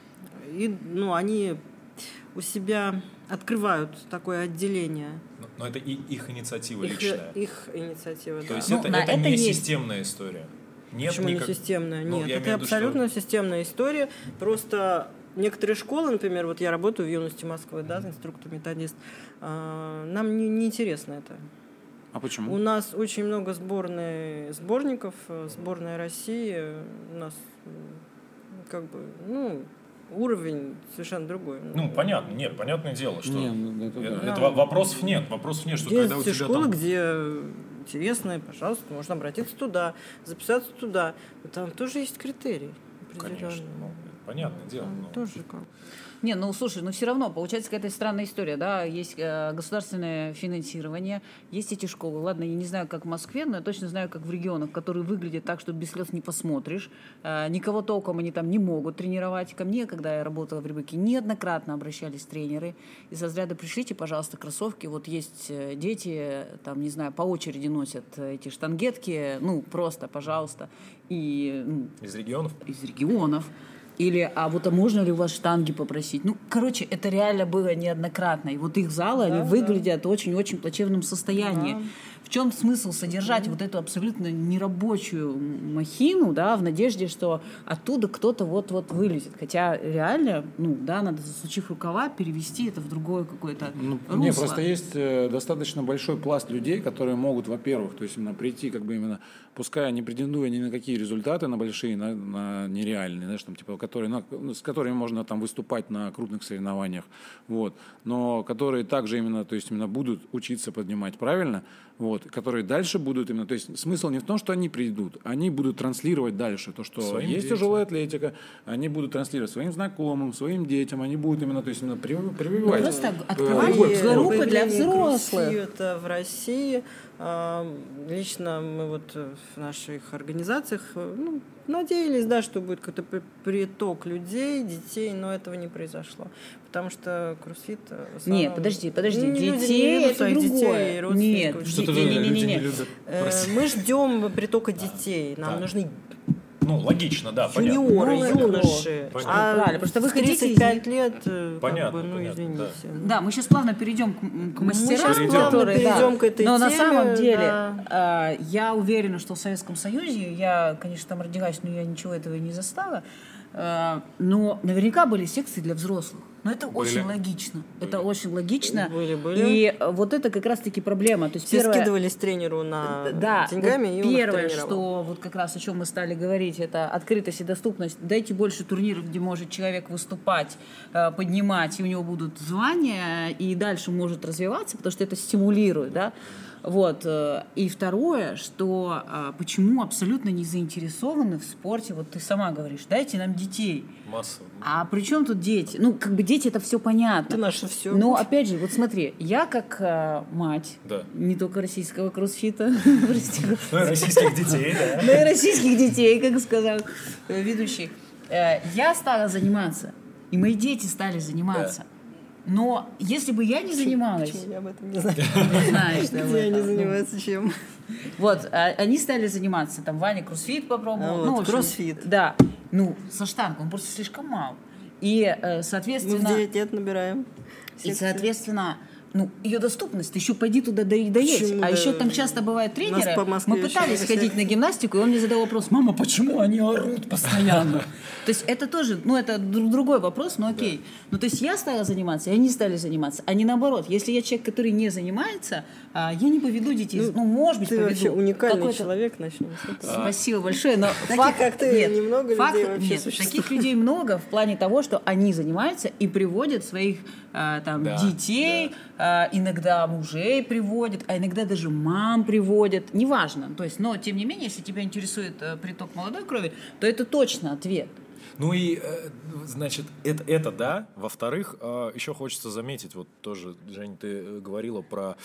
они у себя открывают такое отделение. Но это их инициатива Их личная. инициатива, То да. есть Ну, это на это не есть. системная история. Нет Почему никак- не системная? Ну, Нет, я это имею в виду, что- абсолютно системная история. Просто некоторые школы, например, вот я работаю в юности Москвы, да, инструктор-методист, нам не интересно это. А почему? У нас очень много сборников, сборная России, у нас уровень совершенно другой. понятное дело, что это да. это вопросов нет, что когда у Есть тебя школы, там... где интересные, пожалуйста, можно обратиться туда, записаться туда. Но там тоже есть критерии определенные. Конечно, понятное дело. Там но- тоже как. Не, слушай, все равно получается какая-то странная история, да, есть государственное финансирование, есть эти школы, ладно, я не знаю, как в Москве, но я точно знаю, как в регионах, которые выглядят так, что без слез не посмотришь, никого толком они там не могут тренировать. Ко мне, когда я работала в Рыбаке, неоднократно обращались тренеры из разряда: пришлите, пожалуйста, кроссовки, вот есть дети, там, не знаю, по очереди носят эти штангетки, просто, пожалуйста, и Из регионов? из регионов. Или, а можно ли у вас штанги попросить? Это реально было неоднократно. И вот их залы, они выглядят в очень-очень плачевном состоянии. В чем смысл содержать вот эту абсолютно нерабочую махину, да, в надежде, что оттуда кто-то вот-вот вылезет. Хотя реально, надо, засучив рукава, перевести это в другое какое-то русло. Не, просто есть достаточно большой пласт людей, которые могут, во-первых, то есть именно прийти, как бы именно, пускай не претендуя ни на какие результаты, на большие, на нереальные, знаешь, там, типа, с которыми можно там выступать на крупных соревнованиях, вот, но которые также именно, то есть именно будут учиться поднимать правильно, вот, которые дальше будут именно, то есть смысл не в том, что они придут, они будут транслировать дальше то, что своим есть детям. тяжелая атлетика, они будут транслировать своим знакомым, своим детям, они будут именно, то есть именно прививать. Просто открывать группы для взрослых. Это в России. Лично мы вот в наших организациях надеялись, да, что будет какой-то приток людей, детей, но этого не произошло. Потому что кроссфит... Нет, подожди, детей это другое. Нет, люди не любят. Мы ждем притока детей. Нам нужны логично, да, юниоры, понятно. юноши. Правильно, просто вы хотите 35 лет, понятно, извините. Да, мы сейчас плавно перейдем к мастерам, Мы сейчас плавно перейдем к этой но теме. на самом деле я уверена, что в Советском Союзе, я, конечно, там родилась, но я ничего этого не застала, но наверняка были секции для взрослых. Но это очень логично. Это очень логично. Были. И вот это как раз-таки проблема. То есть все скидывались тренеру на деньгами, вот и он первое, их тренировал. что вот как раз о чем мы стали говорить, это открытость и доступность. Дайте больше турниров, где может человек выступать, поднимать, и у него будут звания, и дальше может развиваться, потому что это стимулирует, да. Вот. И второе, что почему абсолютно не заинтересованы в спорте, вот ты сама говоришь, дайте нам детей. Массово. А при чем тут дети? Дети, это все понятно. Это наше все. Но, опять же, вот смотри, я как мать, не только российского кроссфита, российских детей, да. но и российских детей, как сказал ведущий, я стала заниматься, и мои дети стали заниматься. Но если бы я не занималась... Почему я об этом не знаю? Не знаешь, да, где они занимаются чем? Вот, они стали заниматься, там, Ваня кроссфит попробовал. Кроссфит. Да, со штангой, он просто слишком мал. И, соответственно... Мы в 9 лет набираем. И, соответственно, ее доступность, ты еще пойди туда доедь. А еще там часто бывают тренеры. Мы пытались ходить на гимнастику, и он мне задал вопрос: мама, почему они орут постоянно? То есть это тоже, это другой вопрос, но окей. То есть я стала заниматься, и они стали заниматься. А не наоборот. Если я человек, который не занимается, я не поведу детей. Может быть, ты поведу. Вообще уникальный человек, начнем с этого. Спасибо большое. Но таких, как ты, немного людей вообще существует. Таких людей много в плане того, что они занимаются и приводят своих детей, иногда мужей приводят, а иногда даже мам приводят. Неважно. То есть, но, тем не менее, если тебя интересует приток молодой крови, то это точно ответ. Значит, это да. Во-вторых, еще хочется заметить, вот тоже, Жень, ты говорила про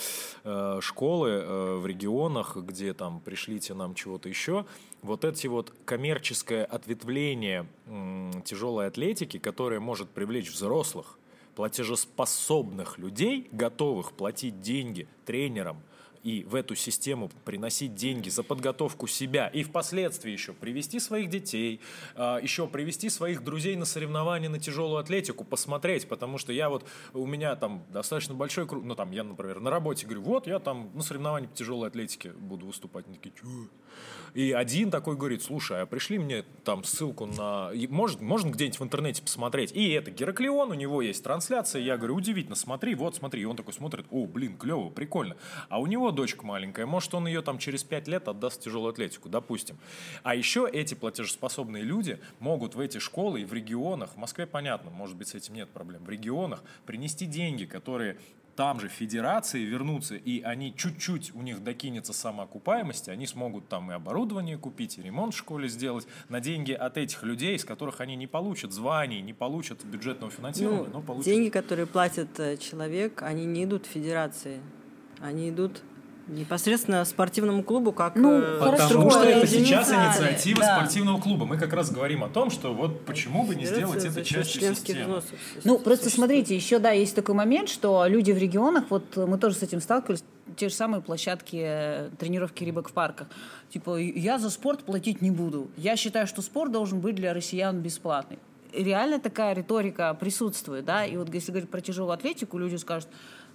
школы в регионах, где там пришлите нам чего-то еще. Вот эти вот коммерческое ответвление тяжелой атлетики, которое может привлечь взрослых, платежеспособных людей, готовых платить деньги тренерам, и в эту систему приносить деньги за подготовку себя и впоследствии еще привести своих детей, еще привести своих друзей на соревнования на тяжелую атлетику, посмотреть, потому что у меня там достаточно большой круг, я, например, на работе говорю, я там на соревновании по тяжелой атлетике буду выступать, они такие, чё? И один такой говорит: слушай, а пришли мне там ссылку на... Можно где-нибудь в интернете посмотреть? И это Гераклион, у него есть трансляция. Я говорю: удивительно, смотри. И он такой смотрит: клево, прикольно. А у него дочка маленькая, может, он ее там через 5 лет отдаст в тяжелую атлетику, допустим. А еще эти платежеспособные люди могут в эти школы и в регионах, в Москве, понятно, может быть, с этим нет проблем, в регионах принести деньги, которые... там же в федерации вернутся, и они чуть-чуть, у них докинется самоокупаемости, они смогут там и оборудование купить, и ремонт в школе сделать на деньги от этих людей, с которых они не получат званий, не получат бюджетного финансирования, но получат... Деньги, которые платит человек, они не идут в федерации, они идут непосредственно спортивному клубу, как потому что это сейчас инициатива спортивного клуба. Мы как раз говорим о том, что вот почему бы не сделать это частью системы. Просто смотрите, еще есть такой момент, что люди в регионах, вот мы тоже с этим сталкивались, те же самые площадки тренировки рыбок в парках. Типа, я за спорт платить не буду. Я считаю, что спорт должен быть для россиян бесплатный. Реально такая риторика присутствует, да, и вот если говорить про тяжелую атлетику, люди скажут: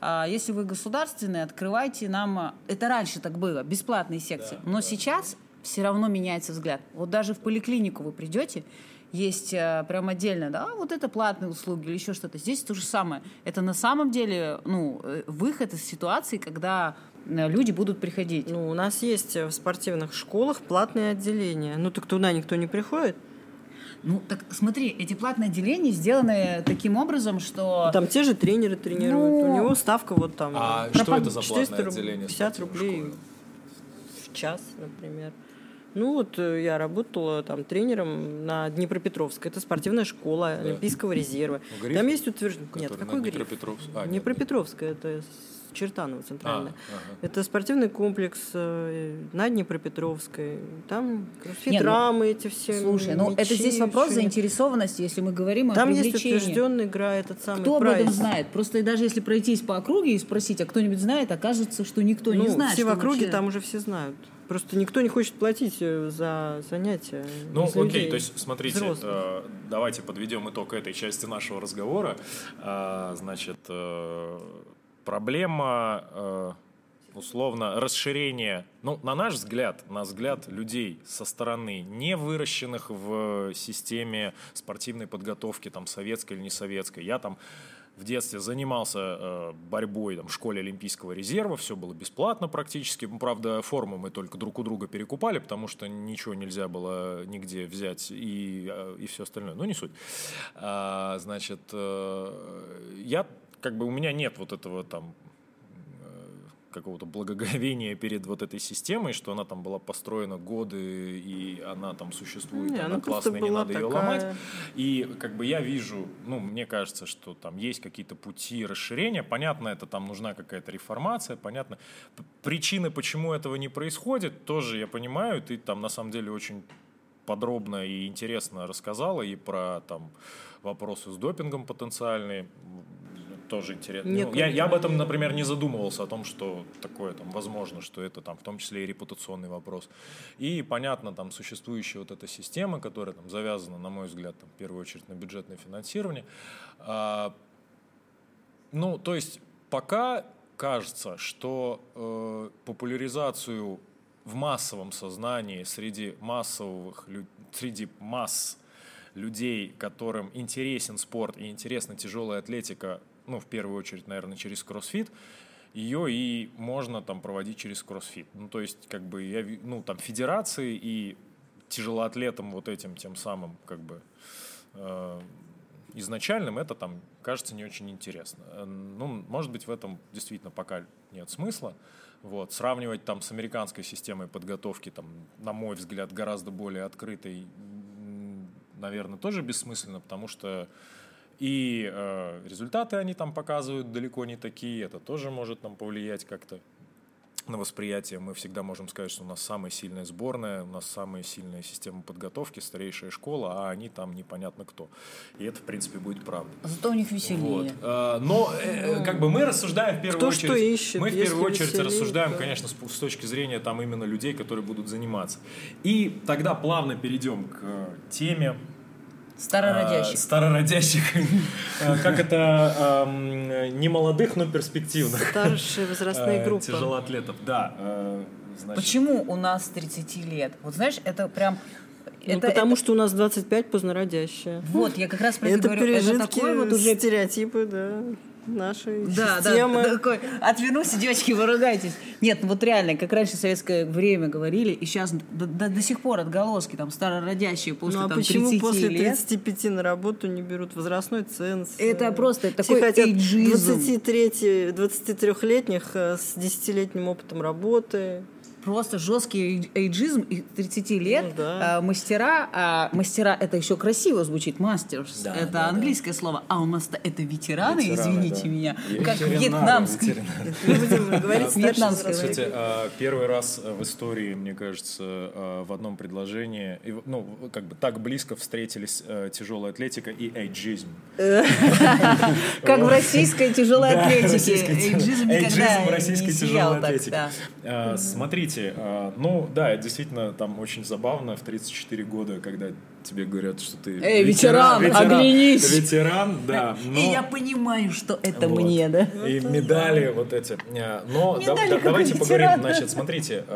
если вы государственные, открывайте нам... Это раньше так было, бесплатные секции. Но сейчас все равно меняется взгляд. Вот даже в поликлинику вы придете, есть прям отдельно, да, вот это платные услуги или еще что-то. Здесь то же самое. Это на самом деле, выход из ситуации, когда люди будут приходить. У нас есть в спортивных школах платные отделения. Так туда никто не приходит. Так смотри, эти платные отделения сделаны таким образом, что... Там те же тренеры тренируют, у него ставка вот там. А что это за платное отделение? 50 рублей в час, например. Я работала там тренером на Днепропетровской. Это спортивная школа Олимпийского резерва. Там есть утверждение... Нет, какой Гриф? Днепропетровская, это Чертаново центральная. Это спортивный комплекс на Днепропетровской. Там кроссфит-рамы эти все. Слушай, это здесь вопрос заинтересованности, если мы говорим о привлечении. Там есть утвержденный этот самый Кто прайс. об этом знает? Просто даже если пройтись по округе и спросить, а кто-нибудь знает, окажется, что никто не знает. Все в округе там уже все знают. Просто никто не хочет платить за занятия. Окей, то есть, смотрите, давайте подведем итог этой части нашего разговора. Значит, проблема, условно, расширения, на наш взгляд, на взгляд людей со стороны, не выращенных в системе спортивной подготовки, там, советской или не советской. Я там в детстве занимался борьбой в школе Олимпийского резерва, все было бесплатно практически. Правда, форму мы только друг у друга перекупали, потому что ничего нельзя было нигде взять и все остальное. Не суть. Значит, у меня нет вот этого там какого-то благоговения перед вот этой системой, что она там была построена годы, и она там существует, она классная, не надо ее ломать. И я вижу, мне кажется, что там есть какие-то пути расширения. Понятно, это там нужна какая-то реформация, понятно. Причины, почему этого не происходит, тоже я понимаю. Ты там на самом деле очень подробно и интересно рассказала и про там вопросы с допингом потенциальные. Тоже интересно. Я об этом, например, не задумывался, о том, что такое там возможно, что это там в том числе и репутационный вопрос. И понятно, там существующая вот эта система, которая там завязана, на мой взгляд, в первую очередь на бюджетное финансирование. То есть пока кажется, что популяризацию в массовом сознании среди масс людей, которым интересен спорт и интересна тяжелая атлетика, в первую очередь, наверное, через кроссфит, ее и можно там проводить через кроссфит. То есть, там федерации и тяжелоатлетам вот этим тем самым, изначальным, это там кажется не очень интересно. Может быть, в этом действительно пока нет смысла. Сравнивать там с американской системой подготовки, там, на мой взгляд, гораздо более открытой, наверное, тоже бессмысленно, потому что и результаты они там показывают далеко не такие. Это тоже может нам повлиять как-то на восприятие. Мы всегда можем сказать, что у нас самая сильная сборная, у нас самая сильная система подготовки, старейшая школа, а они там непонятно кто. И это, в принципе, будет правда. Зато у них веселее. Но мы рассуждаем в первую очередь... Кто что ищет, мы в первую очередь веселее, рассуждаем, конечно, с точки зрения там именно людей, которые будут заниматься. И тогда плавно перейдем к теме старородящих. Как это? Не молодых, но перспективных. Старшие возрастные группы. Тяжелоатлетов, да. Почему у нас 30 лет? Вот знаешь, это прям... Потому что у нас 25 позднородящие. Вот, я как раз про это говорю. Это такой вот уже стереотипы, нашей системы. Да, такой, отвернусь, девочки, вы ругаетесь. Нет, реально, как раньше в советское время говорили, и сейчас до сих пор отголоски, там, старородящие после там 30 лет. Почему после 35 на работу не берут возрастной ценз? Это просто такой эйджизм. 23-летних с 10-летним опытом работы. Просто жесткий эйджизм и 30 лет. Мастера это еще красиво звучит, мастерс. Это английское слово. А у нас-то это ветераны, извините меня. Как вьетнамское. Мы будем говорить вьетнамское. Кстати, первый раз в истории, мне кажется, в одном предложении, так близко встретились тяжелая атлетика и эйджизм. Как в российской тяжелой атлетике. Эйджизм в российской тяжелой атлетике. Смотрите, смотрите, ну да, это действительно там очень забавно в 34 года, когда тебе говорят, что ты ветеран, оглянись. Ветеран, да. И я понимаю, что это мне, да? И медали вот эти. Но давайте поговорим, значит, смотрите,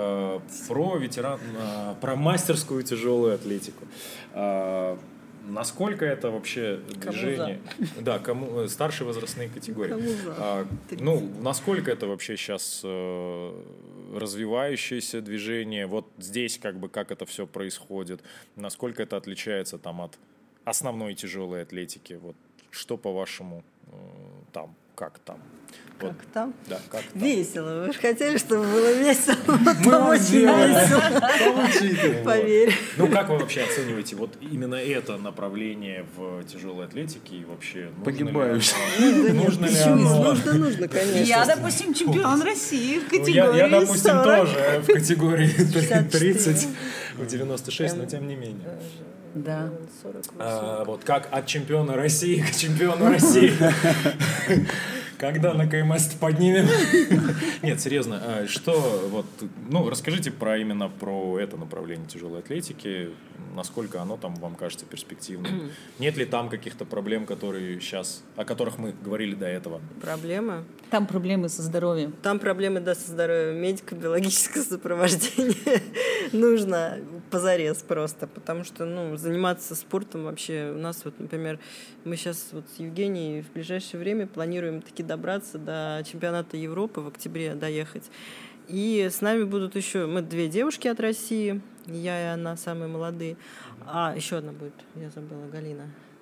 про мастерскую тяжелую атлетику. Насколько это вообще движение? Да, старшие возрастные категории. Ну, насколько это вообще сейчас развивающееся движение? Вот здесь как это все происходит? Насколько это отличается там от основной тяжелой атлетики? Вот что по-вашему там? Как там? Как там? Да, как там? Весело. Вы же хотели, чтобы было весело. Мы вам сделали. Получите. Поверь. Ну, как вы вообще оцениваете вот именно это направление в тяжелой атлетике и вообще Погибающий. Нужно ли оно? Нужно, конечно. Я, допустим, чемпион России в Ну, категории я, допустим, 40. тоже в категории 64. 30, в 96, но тем не менее. Да. 48. Вот как от чемпиона России к чемпиону России. Когда на КМС поднимем? Нет, серьезно, что вот, ну, расскажите именно про это направление тяжелой атлетики, насколько оно там вам кажется перспективным. Нет ли там каких-то проблем, о которых мы говорили до этого? Проблемы? Там проблемы со здоровьем. Там проблемы, да, со здоровьем. Медико-биологическое сопровождение нужно позарез просто, потому что, заниматься спортом вообще у нас, вот, например, мы сейчас вот с Евгенией в ближайшее время планируем таки добраться до чемпионата Европы, в октябре доехать. И с нами будут еще, мы 2 девушки от России, я и она, самые молодые. А, еще одна будет, я забыла, Галина.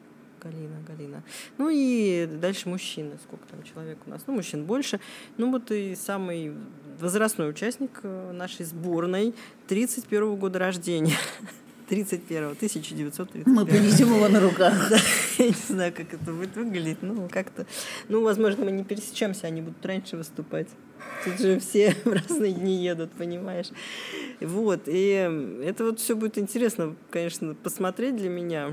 Ну и дальше мужчины. Сколько там человек у нас? Ну, мужчин больше. Ну, вот и самый возрастной участник нашей сборной 31-го года рождения. 1931. Мы понесем его на руках. Да, я не знаю, как это будет выглядеть. Как-то. Возможно, мы не пересечемся, они будут раньше выступать. Тут же все в разные дни едут, понимаешь. Вот. И это вот все будет интересно, конечно, посмотреть для меня.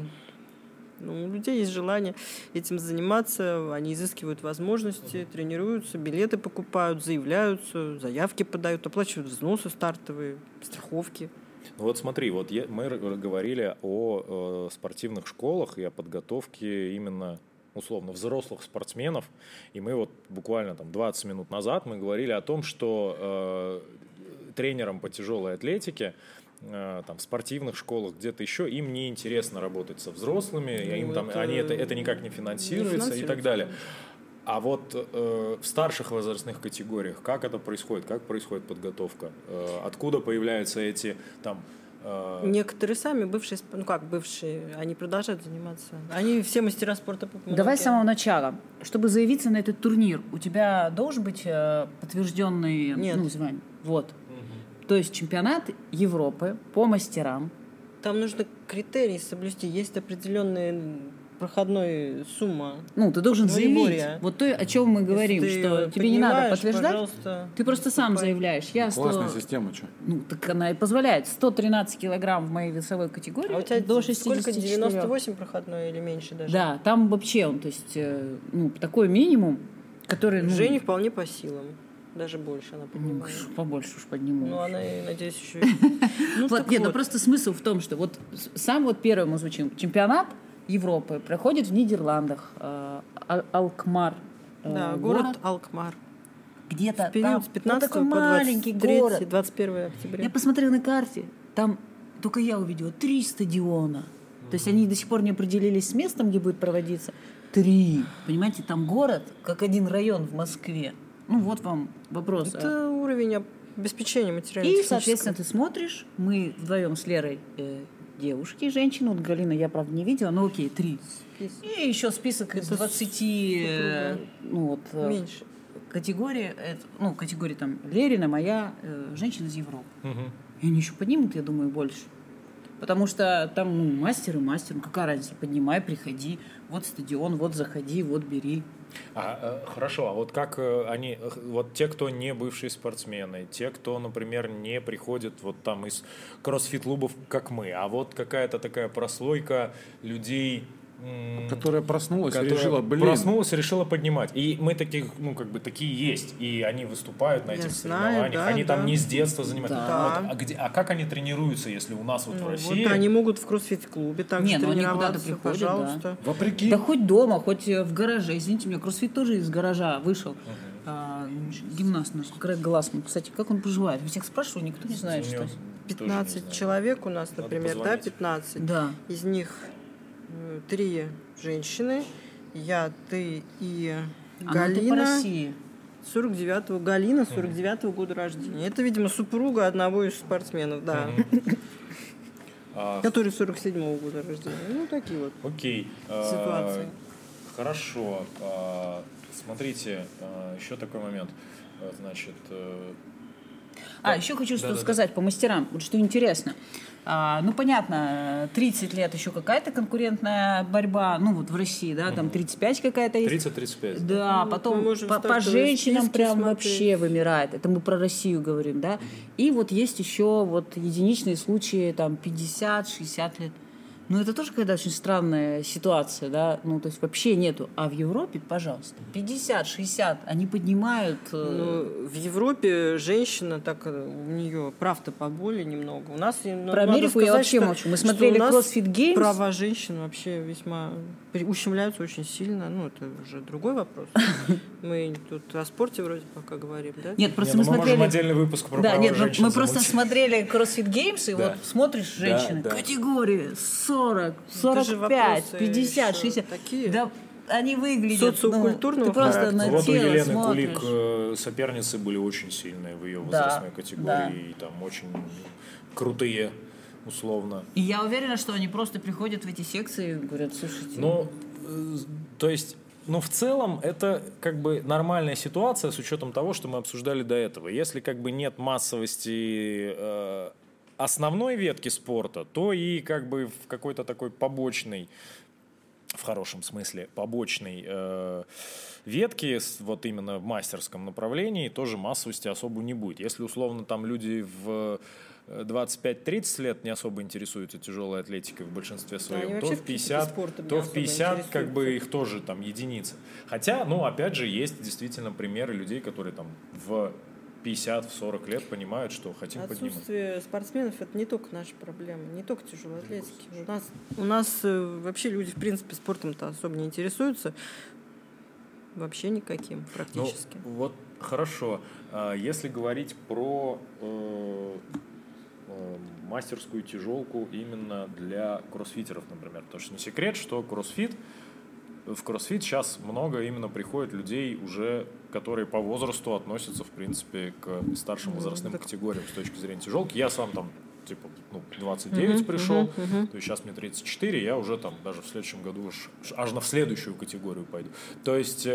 У людей есть желание этим заниматься, они изыскивают возможности, тренируются, билеты покупают, заявляются, заявки подают, оплачивают взносы стартовые, страховки. Вот смотри, мы говорили о спортивных школах и о подготовке именно условно взрослых спортсменов, и мы вот буквально 20 минут назад мы говорили о том, что тренерам по тяжелой атлетике в спортивных школах, где-то еще, им не интересно работать со взрослыми, это никак не финансируется и так далее. А вот в старших возрастных категориях как это происходит? Как происходит подготовка? Откуда появляются эти Некоторые сами бывшие, они продолжают заниматься. Они все мастера спорта. Давай с самого начала. Чтобы заявиться на этот турнир, у тебя должен быть подтвержденный звание? Вот. То есть чемпионат Европы по мастерам. Там нужно критерии соблюсти. Есть определенная проходная сумма. Ты должен заявить. Вот то, о чем мы говорим, что тебе не надо подтверждать. Ты просто сам заявляешь. Классная система, что? Так она и позволяет. 113 килограмм в моей весовой категории. А у тебя до 64. Сколько? 98 проходной или меньше даже? Да, там вообще то есть, такой минимум, который... Жене вполне по силам. Даже больше она поднимает. Побольше уж подниму. Она, надеюсь, еще... Просто смысл в том, что сам первый мы звучим. Чемпионат Европы проходит в Нидерландах. Алкмар. Да, город Алкмар. Где-то в период там с 15 такой по маленький 23, город. 21 октября. Я посмотрела на карте, там только я увидела 3 стадиона. То есть они до сих пор не определились с местом, где будет проводиться. 3. Понимаете, там город, как один район в Москве. Вот вам вопрос. Это уровень обеспечения материально-технического. И, соответственно, ты смотришь, мы вдвоем с Лерой девушки, женщины, вот Галина я, правда, не видела, но окей, 3. И еще список из 20 меньше категорий, категории там Лерина, моя, женщина из Европы. И они еще поднимут, я думаю, больше. Потому что там мастер и мастер, какая разница, поднимай, приходи, вот стадион, вот заходи, вот бери. Хорошо, а вот как они, вот те, кто не бывшие спортсмены, те, кто, например, не приходит из кроссфит-клубов, как мы, а вот какая-то такая прослойка людей, Которая проснулась и которая решила, проснулась и решила поднимать. И мы таких, такие есть. И они выступают на этих соревнованиях. Да, они там не с детства занимаются. Да. Вот, а как они тренируются, если у нас в России... Вот они могут в кроссфит-клубе также Не, они куда-то тренироваться, приходят, пожалуйста. Вопреки. Да хоть дома, хоть в гараже. Извините меня, кроссфит тоже из гаража вышел. Гимнаст наш, Грег Глассман. Кстати, как он поживает? Я всех спрашиваю, никто не знает, что. 15 человек у нас, например, да, позвонить. 15. Да. Из них 3 женщины. Я, ты и Ты по Галина. России. 49-го. Галина 49-го года рождения. Это, видимо, супруга одного из спортсменов, да. Который 47-го года рождения. Ну, такие вот Окей. ситуации. Хорошо. Смотрите, еще такой момент. Значит... Еще хочу что сказать по мастерам. Вот что интересно. Понятно, 30 лет еще какая-то конкурентная борьба, вот в России, да, там 35 какая-то есть. 30-35. Да, Мы потом можем по стартовые женщинам списки прям смотреть. вообще вымирает. Это мы про Россию говорим, да. И вот есть еще вот единичные случаи, там 50-60 лет. Это тоже какая-то очень странная ситуация, да, то есть вообще нету. А в Европе, пожалуйста, 50-60, они поднимают... В Европе женщина, так у нее прав-то поболее немного. У нас, Про Америку я вообще молчу. Мы смотрели CrossFit Games. Права женщин вообще весьма ущемляются очень сильно. Это уже другой вопрос. Мы тут о спорте вроде пока говорим, да? Нет, просто мы смотрели... можем отдельный выпуск про Да, права нет, женщин мы просто замутить. смотрели CrossFit Games, и вот смотришь женщины, да. категории 40, Это же 45, вопросы 50, еще 60. такие. Да, они выглядят... Социокультурного ты просто характера. на Вот у тело Елены смотришь. Кулик соперницы были очень сильные в ее возрастной категории. да. И там очень крутые, условно. И я уверена, что они просто приходят в эти секции и говорят, слушайте... То есть... в целом, это как бы нормальная ситуация с учетом того, что мы обсуждали до этого. Если как бы нет массовости основной ветки спорта, то и как бы в какой-то такой побочной, в хорошем смысле, побочной ветки, вот именно в мастерском направлении, тоже массовости особо не будет. Если условно там люди в 25-30 лет не особо интересуются тяжелой атлетикой в большинстве своем, то в 50 как бы их тоже там единицы. Хотя, опять же, есть действительно примеры людей, которые там в 50-40 лет понимают, что хотим поднимать. Отсутствие спортсменов – это не только наша проблема, не только тяжелой атлетики. У нас вообще люди, в принципе, спортом-то особо не интересуются. Вообще никаким практически. Вот хорошо. Если говорить про мастерскую тяжелку именно для кроссфитеров, например. Потому что не секрет, что в кроссфит сейчас много именно приходит людей уже, которые по возрасту относятся, в принципе, к старшим возрастным категориям с точки зрения тяжелки. Я сам там 29 пришел, то есть сейчас мне 34, я уже там даже в следующем году аж в следующую категорию пойду. То есть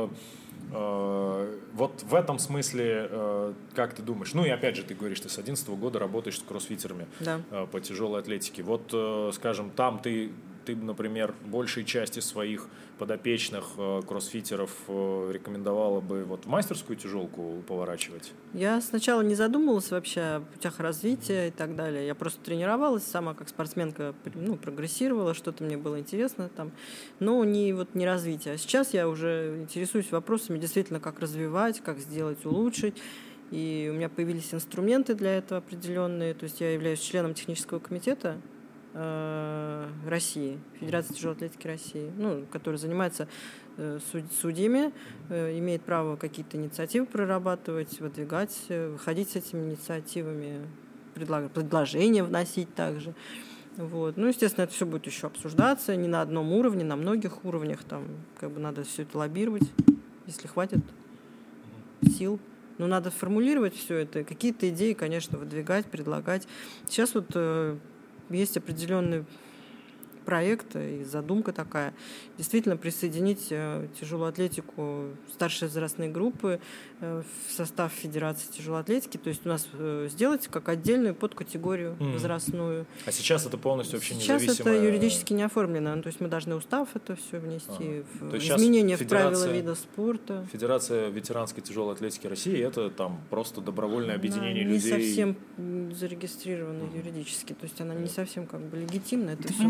вот в этом смысле, как ты думаешь, и опять же ты говоришь, ты с 2011 года работаешь с кроссфитерами по тяжелой атлетике. Вот, скажем, там ты, например, большей части своих подопечных кроссфитеров рекомендовала бы вот в мастерскую тяжелку поворачивать? Я сначала не задумывалась вообще о путях развития и так далее. Я просто тренировалась сама как спортсменка, прогрессировала, что-то мне было интересно там, но не развитие. А сейчас я уже интересуюсь вопросами действительно, как развивать, как сделать, улучшить. И у меня появились инструменты для этого определенные. То есть я являюсь членом технического комитета России, Федерации тяжелой атлетики России, который занимается судьями, имеет право какие-то инициативы прорабатывать, выдвигать, выходить с этими инициативами, предложения вносить также. Вот. Естественно, это все будет еще обсуждаться не на одном уровне, на многих уровнях. Там надо все это лоббировать, если хватит сил. Но надо формулировать все это, какие-то идеи, конечно, выдвигать, предлагать. Сейчас есть определенный проект и задумка такая, действительно присоединить тяжелую атлетику старшей возрастной группы в состав Федерации тяжелой атлетики, то есть у нас сделать как отдельную подкатегорию возрастную. А сейчас это полностью вообще сейчас независимое? Сейчас это юридически не оформлено, то есть мы должны устав это все внести, в изменения в правила вида спорта. Федерация ветеранской тяжелой атлетики России — это там просто добровольное объединение людей? Не совсем зарегистрирована юридически, то есть она не совсем легитимна. Это ты понимаешь, да,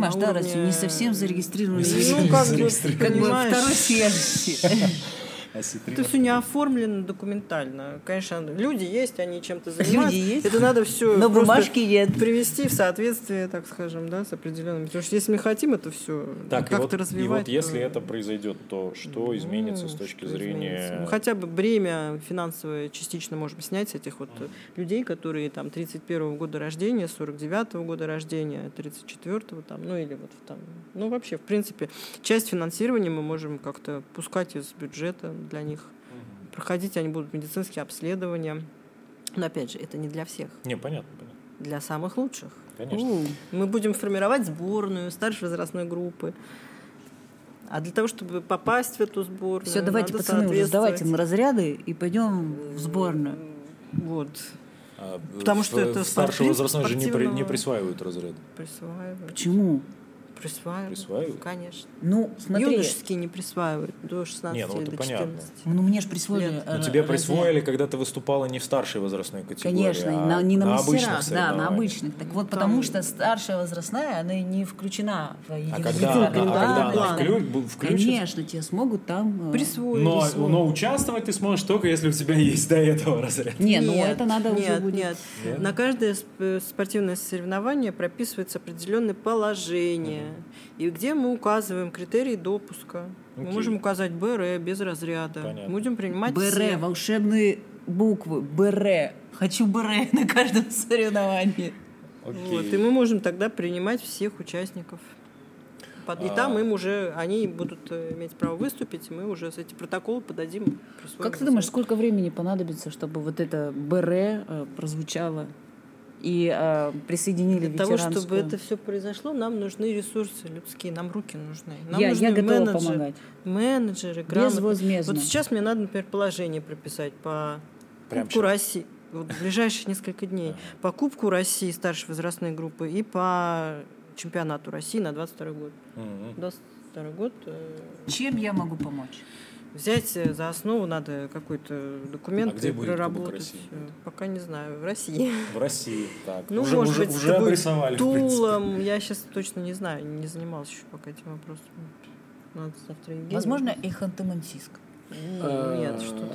партию, не совсем зарегистрированную. Ну, как бы, Как бы понимаешь, второй свежести. это все не оформлено документально. Конечно, люди есть, они чем-то занимаются. Люди есть, это надо все но бумажки нет. привести в соответствие, так скажем, да, с определенными. Потому что если мы хотим это все Так, как-то и развивать. вот если то- это произойдет, то что изменится с точки что изменится? зрения... Ну, хотя бы бремя финансовое частично можем снять с этих вот людей, которые там 31-го года рождения, 49-го года рождения, 34-го там, ну или вот там, ну вообще, в принципе, часть финансирования мы можем как-то пускать из бюджета для них. Проходить они будут медицинские обследования. Но опять же, это не для всех, Не, понятно, понятно. для самых лучших. Конечно. Мы будем формировать сборную старшей возрастной группы. А для того, чтобы попасть в эту сборную, Все, давайте, надо пацаны, уже сдавайте соответствовать. на разряды и пойдем в сборную. Вот. Потому что это старший возрастной же не спортивного- присваивают разряд. Присваивают. Почему? Присваивают. Присваивают? Конечно. Ну, смотри. Юношеские не присваивают до 16 Не, ну или это до понятно. 14. Ну, мне же присвоили. Лет. Но тебе присвоили, когда ты выступала не в старшей возрастной категории, Конечно, а не на обычных мастерах, да, на соревнованиях. обычных. Так вот, потому что старшая возрастная, она не включена в А единицу когда она план. включится? Конечно, тебе смогут там... Присвоили. Но участвовать ты сможешь только, если у тебя есть до этого разряд. Не, ну Нет, это надо уже нет, будет... нет. На каждое спортивное соревнование прописывается определенное положение, и где мы указываем критерии допуска. Мы Окей. можем указать БР без разряда. Понятно. Будем принимать БР, все. волшебные буквы, БР. Хочу БР на каждом соревновании. Вот, и мы можем тогда принимать всех участников. И там им уже, они будут иметь право выступить, и мы уже эти протоколы подадим. присвоим Как ты им. думаешь, сколько времени понадобится, чтобы вот это БР прозвучало и присоединили Для того, ветеранскую? чтобы это все произошло, нам нужны ресурсы людские, нам руки нужны. Нам Я нужны готова помогать. менеджеры, грамотные. Безвозмездно. Вот сейчас мне надо, например, положение прописать по Прям Кубку России. Вот в ближайшие несколько дней. По Кубку России старшей возрастной группы и по чемпионату России на 22 год. 22 год. Чем я могу помочь? Взять за основу надо какой-то документ А где и будет Кубок проработать. России? Пока не знаю. В России. В России, так. Ну, уже может уже, быть, уже это будет обрисовали, в принципе. Тулом. Я сейчас точно не знаю, не занималась еще пока этим вопросом. Надо завтра Евгению. Возможно, и Ханты-Мансийск. Нет, что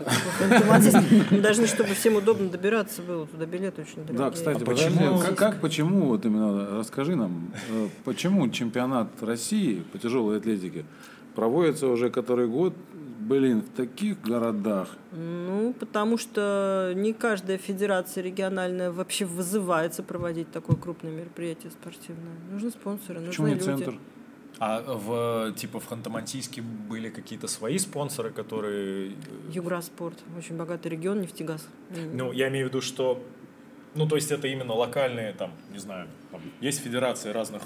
ты. Мы должны, чтобы всем удобно добираться было. Туда билеты очень дорогие. Да, кстати, А подожди, почему? почему, вот именно расскажи нам, почему чемпионат России по тяжелой атлетике проводится уже который год, в таких городах? Ну, потому что не каждая федерация региональная вообще вызывается проводить такое крупное мероприятие спортивное. Нужны спонсоры, Почему нужны не люди. центр? А в Ханты-Мансийске были какие-то свои спонсоры, которые... Юграспорт. Очень богатый регион, нефтегаз. Ну, я имею в виду, что... Ну, то есть это именно локальные, там, не знаю, там, есть федерации разных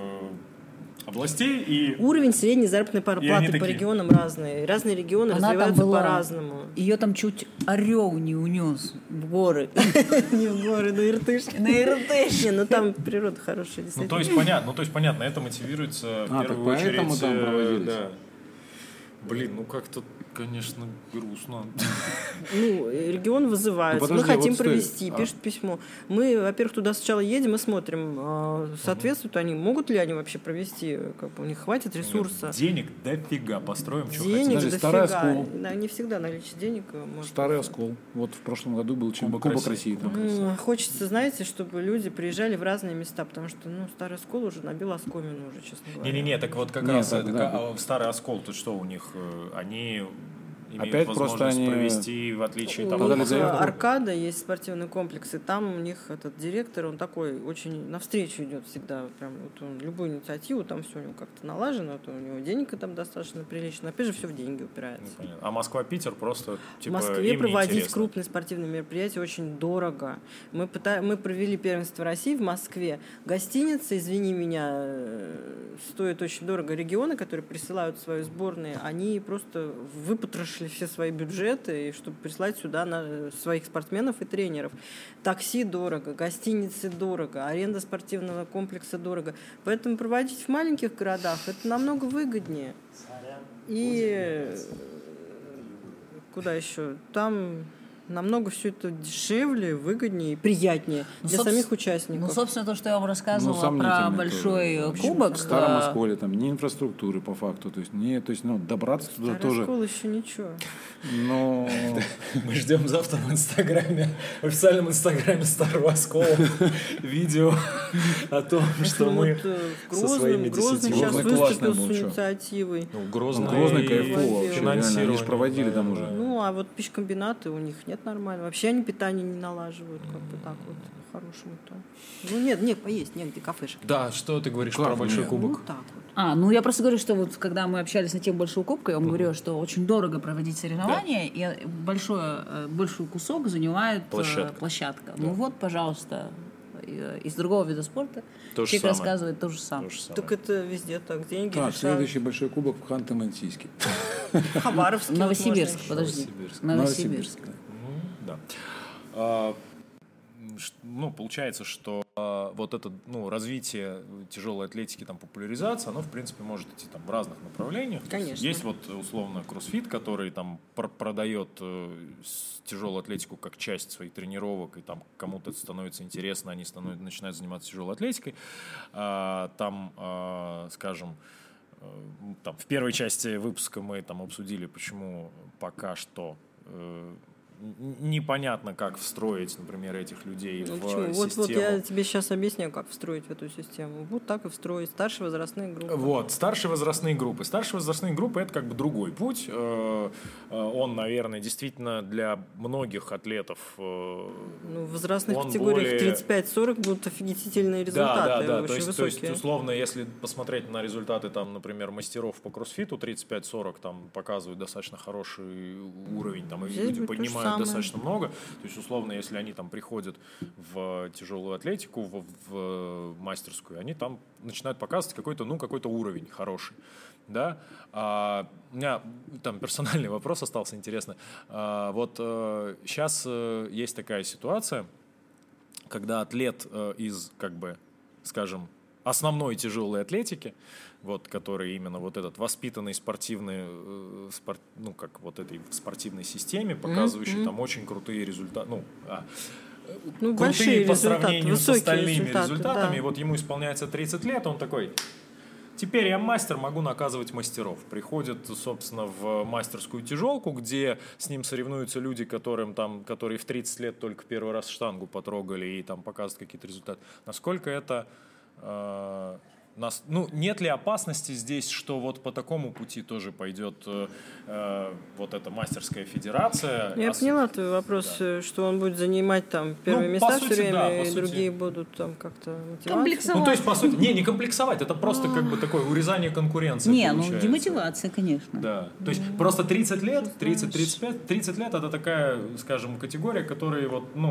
областей, и... Уровень средней заработной И они платы по такие. регионам разные. Разные регионы Она там развиваются была. по-разному. Ее там чуть орел не унес в горы. Не в горы, на Иртыш. На Иртыш. Не, ну там природа хорошая, Ну, действительно. то есть понятно, это мотивируется в А, первую так поэтому очередь... там проводились. Да. Блин, ну как-то, конечно, грустно. Ну, регион вызывается. Ну, подожди, мы хотим вот стой. провести, пишут письмо. Мы, во-первых, туда сначала едем и смотрим, соответствуют они, могут ли они вообще провести, как бы у них хватит ресурса. Денег дофига, построим, что Денег хотите. Подожди, старый дофига. оскол. Да, не всегда наличие денег может Старый быть. оскол. Вот в прошлом году был Кубок Кубок России. России. там. Хочется, знаете, чтобы люди приезжали в разные места, потому что, ну, старый оскол уже набил оскомину уже, честно говоря. Не-не-не, так вот как Нет, раз так, да. Старый Оскол, тут что у них? Они имеют Опять возможность просто они- провести, в отличие У там, Подали них заявку. Аркада есть спортивный комплекс, и там у них этот директор, он такой очень навстречу идет всегда, прям вот он любую инициативу, там все у него как-то налажено, вот у него денег там достаточно прилично, опять же все в деньги упирается. Понятно. А Москва-Питер просто В типа Москве им проводить неинтересно. крупные спортивные мероприятия очень дорого. Мы провели первенство России в Москве. Гостиница, извини меня, стоит очень дорого. Регионы, которые присылают свои сборные, они просто выпотрошили все свои бюджеты, и чтобы прислать сюда своих спортсменов и тренеров. Такси дорого, гостиницы дорого, аренда спортивного комплекса дорого. Поэтому проводить в маленьких городах это намного выгоднее. И куда еще? Там Намного все это дешевле, выгоднее и приятнее для самих участников. Ну, собственно, то, что я вам рассказывала про сомнительно большой тоже. кубок. В Старом Осколе там ни инфраструктуры по факту, то есть добраться туда Старый тоже. Оскол еще ничего. Но Мы ждем завтра в Инстаграме, в официальном Инстаграме Старого Оскола видео о том, что мы со своими Грозный сейчас Грозный классный выступил был, с чё. инициативой. Грозный кайфово вообще, реально, они же финансирование, проводили там уже. Ну, а вот пищкомбинаты у них нет нормально. Вообще они питание не налаживают, как бы так вот, по-хорошему-то. Ну, нет, поесть негде, кафешек. Да, что ты говоришь Как про большой нет? кубок? Ну, так вот. Ну я просто говорю, что вот когда мы общались на тему большого кубка, я вам говорила, что очень дорого проводить соревнования, и большой кусок занимает площадка. Ну вот, пожалуйста, из другого вида спорта То же человек самое. рассказывает то же самое. Так это везде так, деньги Так, решают. следующий большой кубок в Ханты-Мансийске. Хабаровский. вот Новосибирск, можно еще. подожди. Новосибирск. Новосибирск. Да. Получается, что вот это развитие тяжелой атлетики, там, популяризация, оно, в принципе, может идти там в разных направлениях. Конечно. Есть вот, условно, кроссфит, который там продает тяжелую атлетику как часть своих тренировок, и там кому-то это становится интересно, они начинают заниматься тяжелой атлетикой. Там, скажем, там, в первой части выпуска мы там обсудили, почему пока что непонятно, как встроить, например, этих людей Ну, в почему? систему. Вот я тебе сейчас объясняю, как встроить в эту систему. Вот так и встроить. Старшие возрастные группы. Вот, старшие возрастные группы. Старшие возрастные группы – это как бы другой путь. Он, наверное, действительно для многих атлетов… Ну, в возрастных он категориях более- 35-40 будут офигительные результаты, Да. очень То есть, высокие. условно, если посмотреть на результаты, там, например, мастеров по кроссфиту 35-40, там показывают достаточно хороший уровень, там, и Здесь люди будет то же поднимают самое. достаточно много. То есть, условно, если они там приходят в тяжелую атлетику, в мастерскую, они там начинают показывать какой-то уровень хороший. Да? У меня там персональный вопрос остался, интересно. Сейчас есть такая ситуация, когда атлет из, как бы, скажем, основной тяжелой атлетики, вот, который именно вот этот воспитанный спортивный, этой спортивной системе, показывающий там очень крутые результаты, большие крутые по результаты, сравнению с высокие остальными результаты, результатами. да. И вот ему исполняется 30 лет, он такой: теперь я мастер, могу наказывать мастеров. Приходит, собственно, в мастерскую тяжелку, где с ним соревнуются люди, которые в 30 лет только первый раз штангу потрогали и там показывают какие-то результаты. Насколько это... нет ли опасности здесь, что вот по такому пути тоже пойдет вот эта мастерская федерация? Я поняла твой вопрос, что он будет занимать там первые по места сути, все время, да, по и сути. другие будут там как-то мотивацию. Комплексовать. То есть, по сути, не комплексовать, это просто как бы такое урезание конкуренции. получается. Демотивация, конечно. Да. То есть просто 30 лет, 30-35, 30 лет это такая, скажем, категория, которая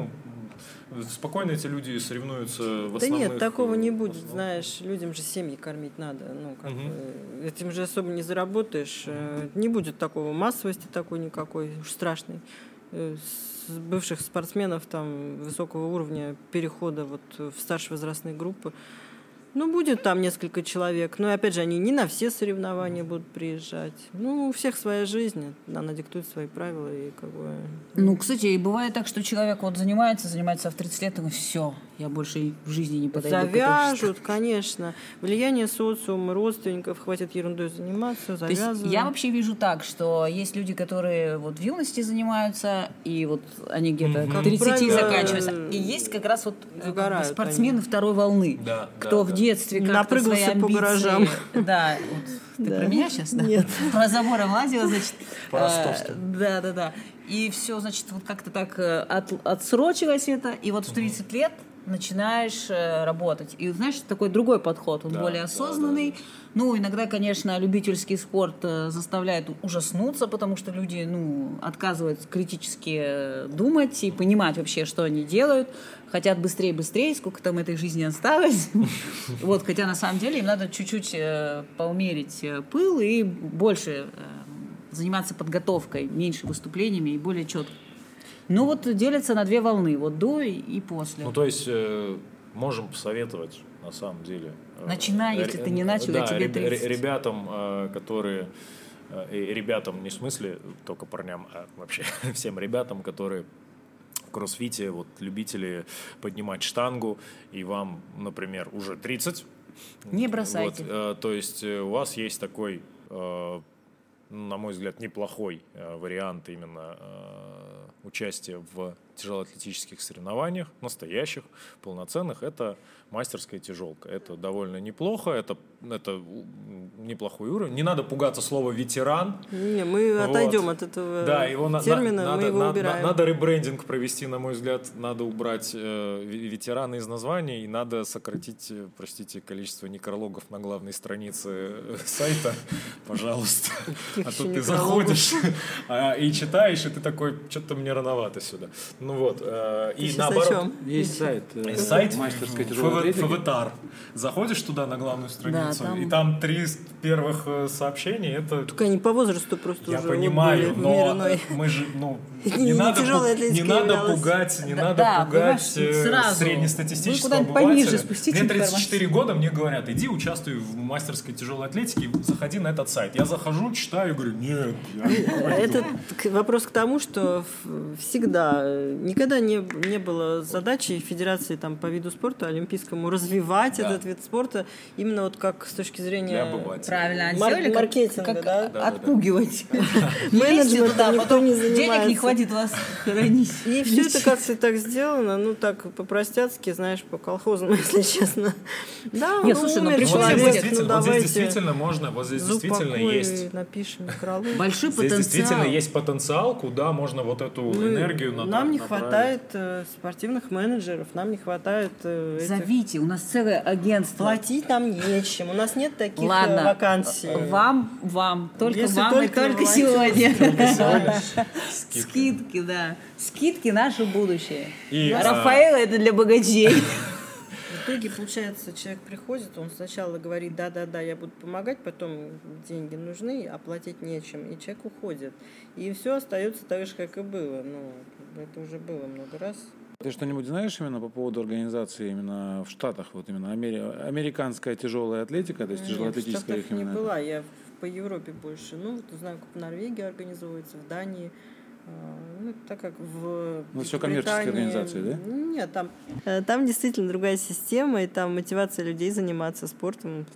спокойно эти люди соревнуются в Да основных... нет, такого не будет, знаешь, людям же семьи кормить надо, этим же особо не заработаешь, не будет такого массовости такой никакой, уж страшной, с бывших спортсменов там высокого уровня перехода вот в старшие возрастные группы. Будет там несколько человек, но опять же они не на все соревнования будут приезжать. У всех своя жизнь, она диктует свои правила и как бы... Кстати, и бывает так, что человек вот занимается в 30 лет, и все, я больше в жизни не подойду. Завяжут, конечно. Влияние социума, родственников, хватит ерундой заниматься, завязывают. То есть я вообще вижу так, что есть люди, которые вот в юности занимаются, и вот они где-то к 30 правило, заканчиваются. И есть как раз вот загорают спортсмены второй волны, Да, кто да, в детстве как-то Напрыгался свои по амбиции... гаражам. Да, вот. Ты про меня сейчас? Да? Нет. Про забором лазила, значит. По-ростовски. Да. И все, значит, вот как-то так отсрочилось это, и вот в 30 лет начинаешь работать. И, знаешь, такой другой подход, он более осознанный. Иногда, конечно, любительский спорт заставляет ужаснуться, потому что люди, отказываются критически думать и понимать вообще, что они делают. Хотят быстрее, сколько там этой жизни осталось. Хотя на самом деле им надо чуть-чуть поумерить пыл и больше заниматься подготовкой, меньше выступлениями и более четко. Делятся на две волны, до и после. То есть можем посоветовать, на самом деле. Начинай, если ты не начал, а тебе 30. Ребятам, которые... Ребятам не в смысле только парням, а вообще всем ребятам, которые кроссфите, вот любители поднимать штангу, и вам, например, уже 30. Не бросайте. Вот, то есть у вас есть такой, на мой взгляд, неплохой вариант именно участия в тяжелоатлетических соревнованиях, настоящих, полноценных. Это мастерская тяжелка. Это довольно неплохо, это неплохой уровень. Не надо пугаться слова «ветеран». Не, мы отойдем от этого термина, мы его убираем. Надо ребрендинг провести, на мой взгляд. Надо убрать ветераны из названия, и надо сократить, простите, количество некрологов на главной странице сайта, пожалуйста. А то ты заходишь и читаешь, и ты такой, что-то мне рановато сюда. Ну вот. И наоборот. Есть сайт. Сайт мастерской тяжелой атлетики. ФВТАР. Заходишь туда на главную страницу, Да, и там 3 первых сообщения. Это... Только они по возрасту просто Я уже понимаю, были но мирной. мы же, Не надо пугать сразу. среднестатистического Вы куда-нибудь пониже обывателя. спустите Мне 34 года, мне говорят, иди участвуй в мастерской тяжелой атлетике, заходи на этот сайт. Я захожу, читаю, говорю, нет. Это вопрос к тому, что никогда не было задачи Федерации там, по виду спорта олимпийскому развивать этот вид спорта именно вот как с точки зрения Правильно, маркетинга, да? Отпугивать. Менеджментом никто не занимается. Денег не хватит вас хранить. И все это как-то так сделано, так по-простецки, знаешь, по-колхозному, если честно. Да, Нет, слушай, умер человек, здесь действительно можно, вот здесь действительно есть... напишем некролог. Большой Здесь потенциал. действительно есть потенциал, куда можно вот эту энергию направить. Нам не хватает спортивных менеджеров, нам не хватает Зовите, у нас целое агентство. платить нам нечем, у нас нет таких вакансий. Вам, только Если вам и только волонтеры. сегодня. Скидки, да. Скидки — наше будущее. И, Рафаэлло — это для богачей. В итоге, получается, человек приходит, он сначала говорит, да, я буду помогать, потом деньги нужны, а платить нечем, и человек уходит. И все остается так же, как и было. Это уже было много раз. Ты что-нибудь знаешь именно по поводу организации именно в Штатах, вот именно американская тяжелая атлетика, то есть тяжелоатлетическая в их Штатах не именно? была, я по Европе больше. Знаю, как в Норвегии организуется, в Дании. Так как в все коммерческие Британии... организации, да? Нет, там действительно другая система, и там мотивация людей заниматься спортом,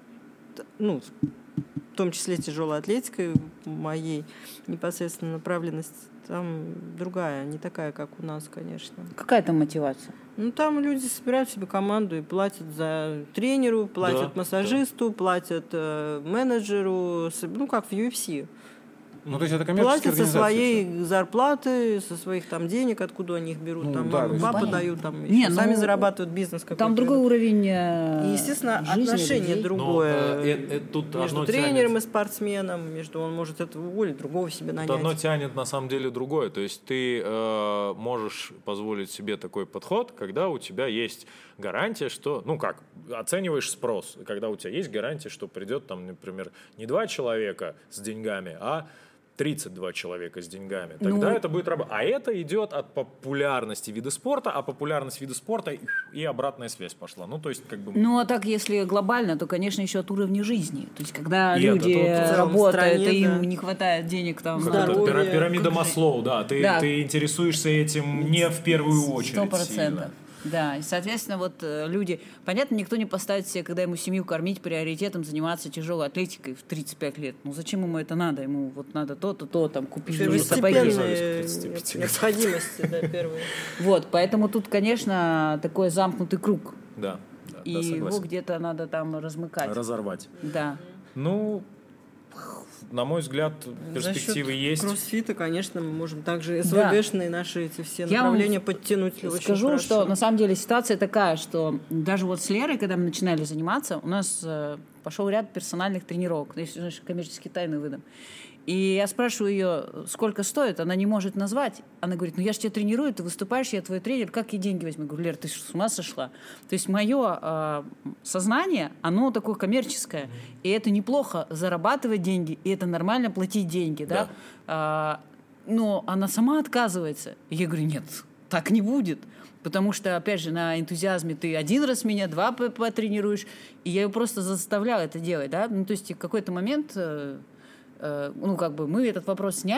в том числе тяжелой атлетикой, моей непосредственно направленность, там другая, не такая, как у нас, конечно. Какая там мотивация? Там люди собирают себе команду и платят за тренеру, платят массажисту, платят менеджеру, как в UFC. То есть это коммерческая платят со организация. своей зарплаты, со своих денег, откуда они их берут. Папа дают, сами зарабатывают бизнес какой-то. Там другой уровень И, естественно, отношение людей. другое. Тут между тренером и спортсменом, он может этого уволить, другого себе нанять. Одно тянет на самом деле другое. То есть ты можешь позволить себе такой подход, когда у тебя есть гарантия, что, оцениваешь спрос, когда у тебя есть гарантия, что придет там, например, не 2 человека с деньгами, а 32 человека с деньгами. Тогда это будет работать. А это идет от популярности вида спорта, а популярность вида спорта и обратная связь пошла. То есть а так, если глобально, то, конечно, еще от уровня жизни. То есть, когда люди работают, и им не хватает денег там... Пирамида Маслоу, да. Ты интересуешься этим не в первую очередь. 100%. Да, и, соответственно, люди... Понятно, никто не поставит себе, когда ему семью кормить, приоритетом заниматься тяжелой атлетикой в 35 лет. Зачем ему это надо? Ему надо то, купить сапоги. Необходимости, первые. Поэтому тут, конечно, такой замкнутый круг. Да, и его где-то надо там размыкать. Разорвать. Да. На мой взгляд, перспективы есть. Кроссфита, конечно, мы можем также СВГшные наши эти все направления подтянуть. Скажу, что на самом деле ситуация такая, что даже с Лерой, когда мы начинали заниматься, у нас пошел ряд персональных тренировок. Если коммерческие тайны выдам. И я спрашиваю ее, сколько стоит, она не может назвать. Она говорит, я же тебя тренирую, ты выступаешь, я твой тренер, как я деньги возьму? Я говорю, Лер, ты с ума сошла? То есть мое сознание, оно такое коммерческое, и это неплохо зарабатывать деньги, и это нормально платить деньги, да? Но она сама отказывается. И я говорю, нет, так не будет. Потому что, опять же, на энтузиазме ты 1 раз меня, 2 потренируешь, и я ее просто заставляла это делать, да? То есть в какой-то момент... мы этот вопрос сняли,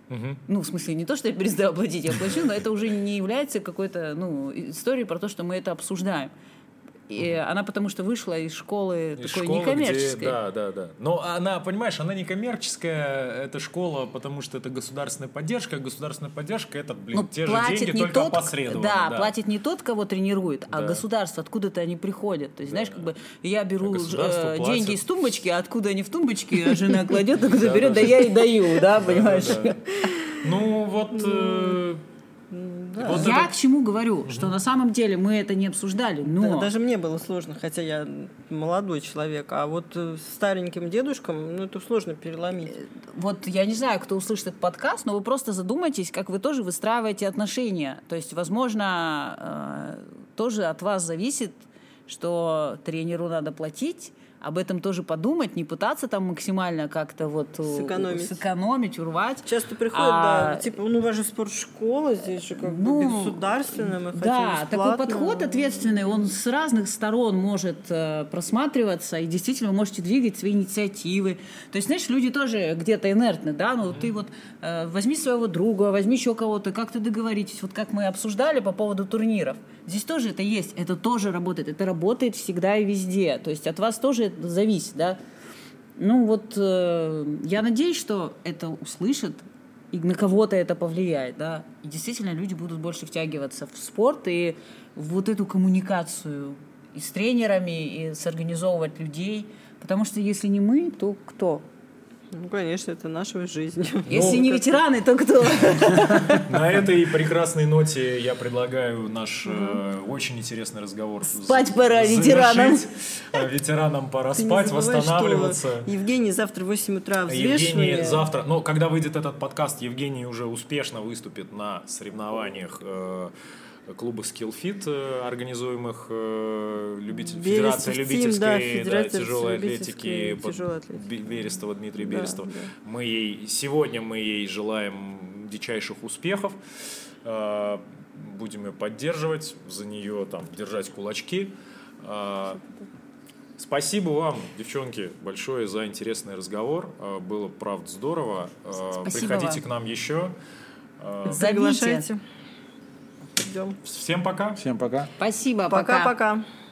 Ну, в смысле, не то, что я перестала платить, я плачу, но это уже не является какой-то, историей про то, что мы это обсуждаем. И она потому что вышла из школы такой некоммерческой. Да. Но она, понимаешь, она не коммерческая, это школа, потому что это государственная поддержка. Государственная поддержка — это, те же деньги, только опосредованно. Да, платит не тот, кого тренирует, а государство, откуда-то они приходят. То есть, знаешь, как бы я беру деньги из тумбочки, а откуда они в тумбочке, а жена кладет, откуда берет, да я и даю, да, понимаешь? Ну, вот... Я к чему говорю, что на самом деле мы это не обсуждали, но... Даже мне было сложно, хотя я молодой человек, а вот стареньким дедушкам, это сложно переломить. Вот я не знаю, кто услышит этот подкаст, но вы просто задумайтесь, как вы тоже выстраиваете отношения. То есть, возможно, тоже от вас зависит, что тренеру надо платить, об этом тоже подумать, не пытаться там максимально как-то вот сэкономить, урвать. Часто приходят, типа, у вас же спортшкола, здесь же как бы государственная, мы хотим бесплатно. Такой подход ответственный, он с разных сторон может просматриваться, и действительно вы можете двигать свои инициативы. То есть, знаешь, люди тоже где-то инертны, да, ты вот возьми своего друга, возьми еще кого-то, как-то договоритесь, вот как мы обсуждали по поводу турниров. Здесь тоже это есть, это тоже работает, это работает всегда и везде, то есть от вас тоже это зависит, да. Я надеюсь, что это услышат, и на кого-то это повлияет, да, и действительно люди будут больше втягиваться в спорт и в вот эту коммуникацию и с тренерами, и сорганизовывать людей, потому что если не мы, то кто? Конечно, это наша жизнь. Если не ветераны, то кто? На этой прекрасной ноте я предлагаю наш очень интересный разговор. Спать пора ветеранам. Ветеранам пора спать, восстанавливаться. Евгений завтра в 8 утра взвешивание. Евгений завтра, когда выйдет этот подкаст, Евгений уже успешно выступит на соревнованиях клуба Skillfit, организуемых Федерацией любительской тяжелой атлетики Берестова, Дмитрия Берестова. Сегодня мы ей желаем дичайших успехов. Будем ее поддерживать, за нее держать кулачки. Спасибо вам, девчонки, большое за интересный разговор. Было, правда, здорово. Приходите к нам еще. Приглашайте. Всем пока. Всем пока. Спасибо. Пока-пока.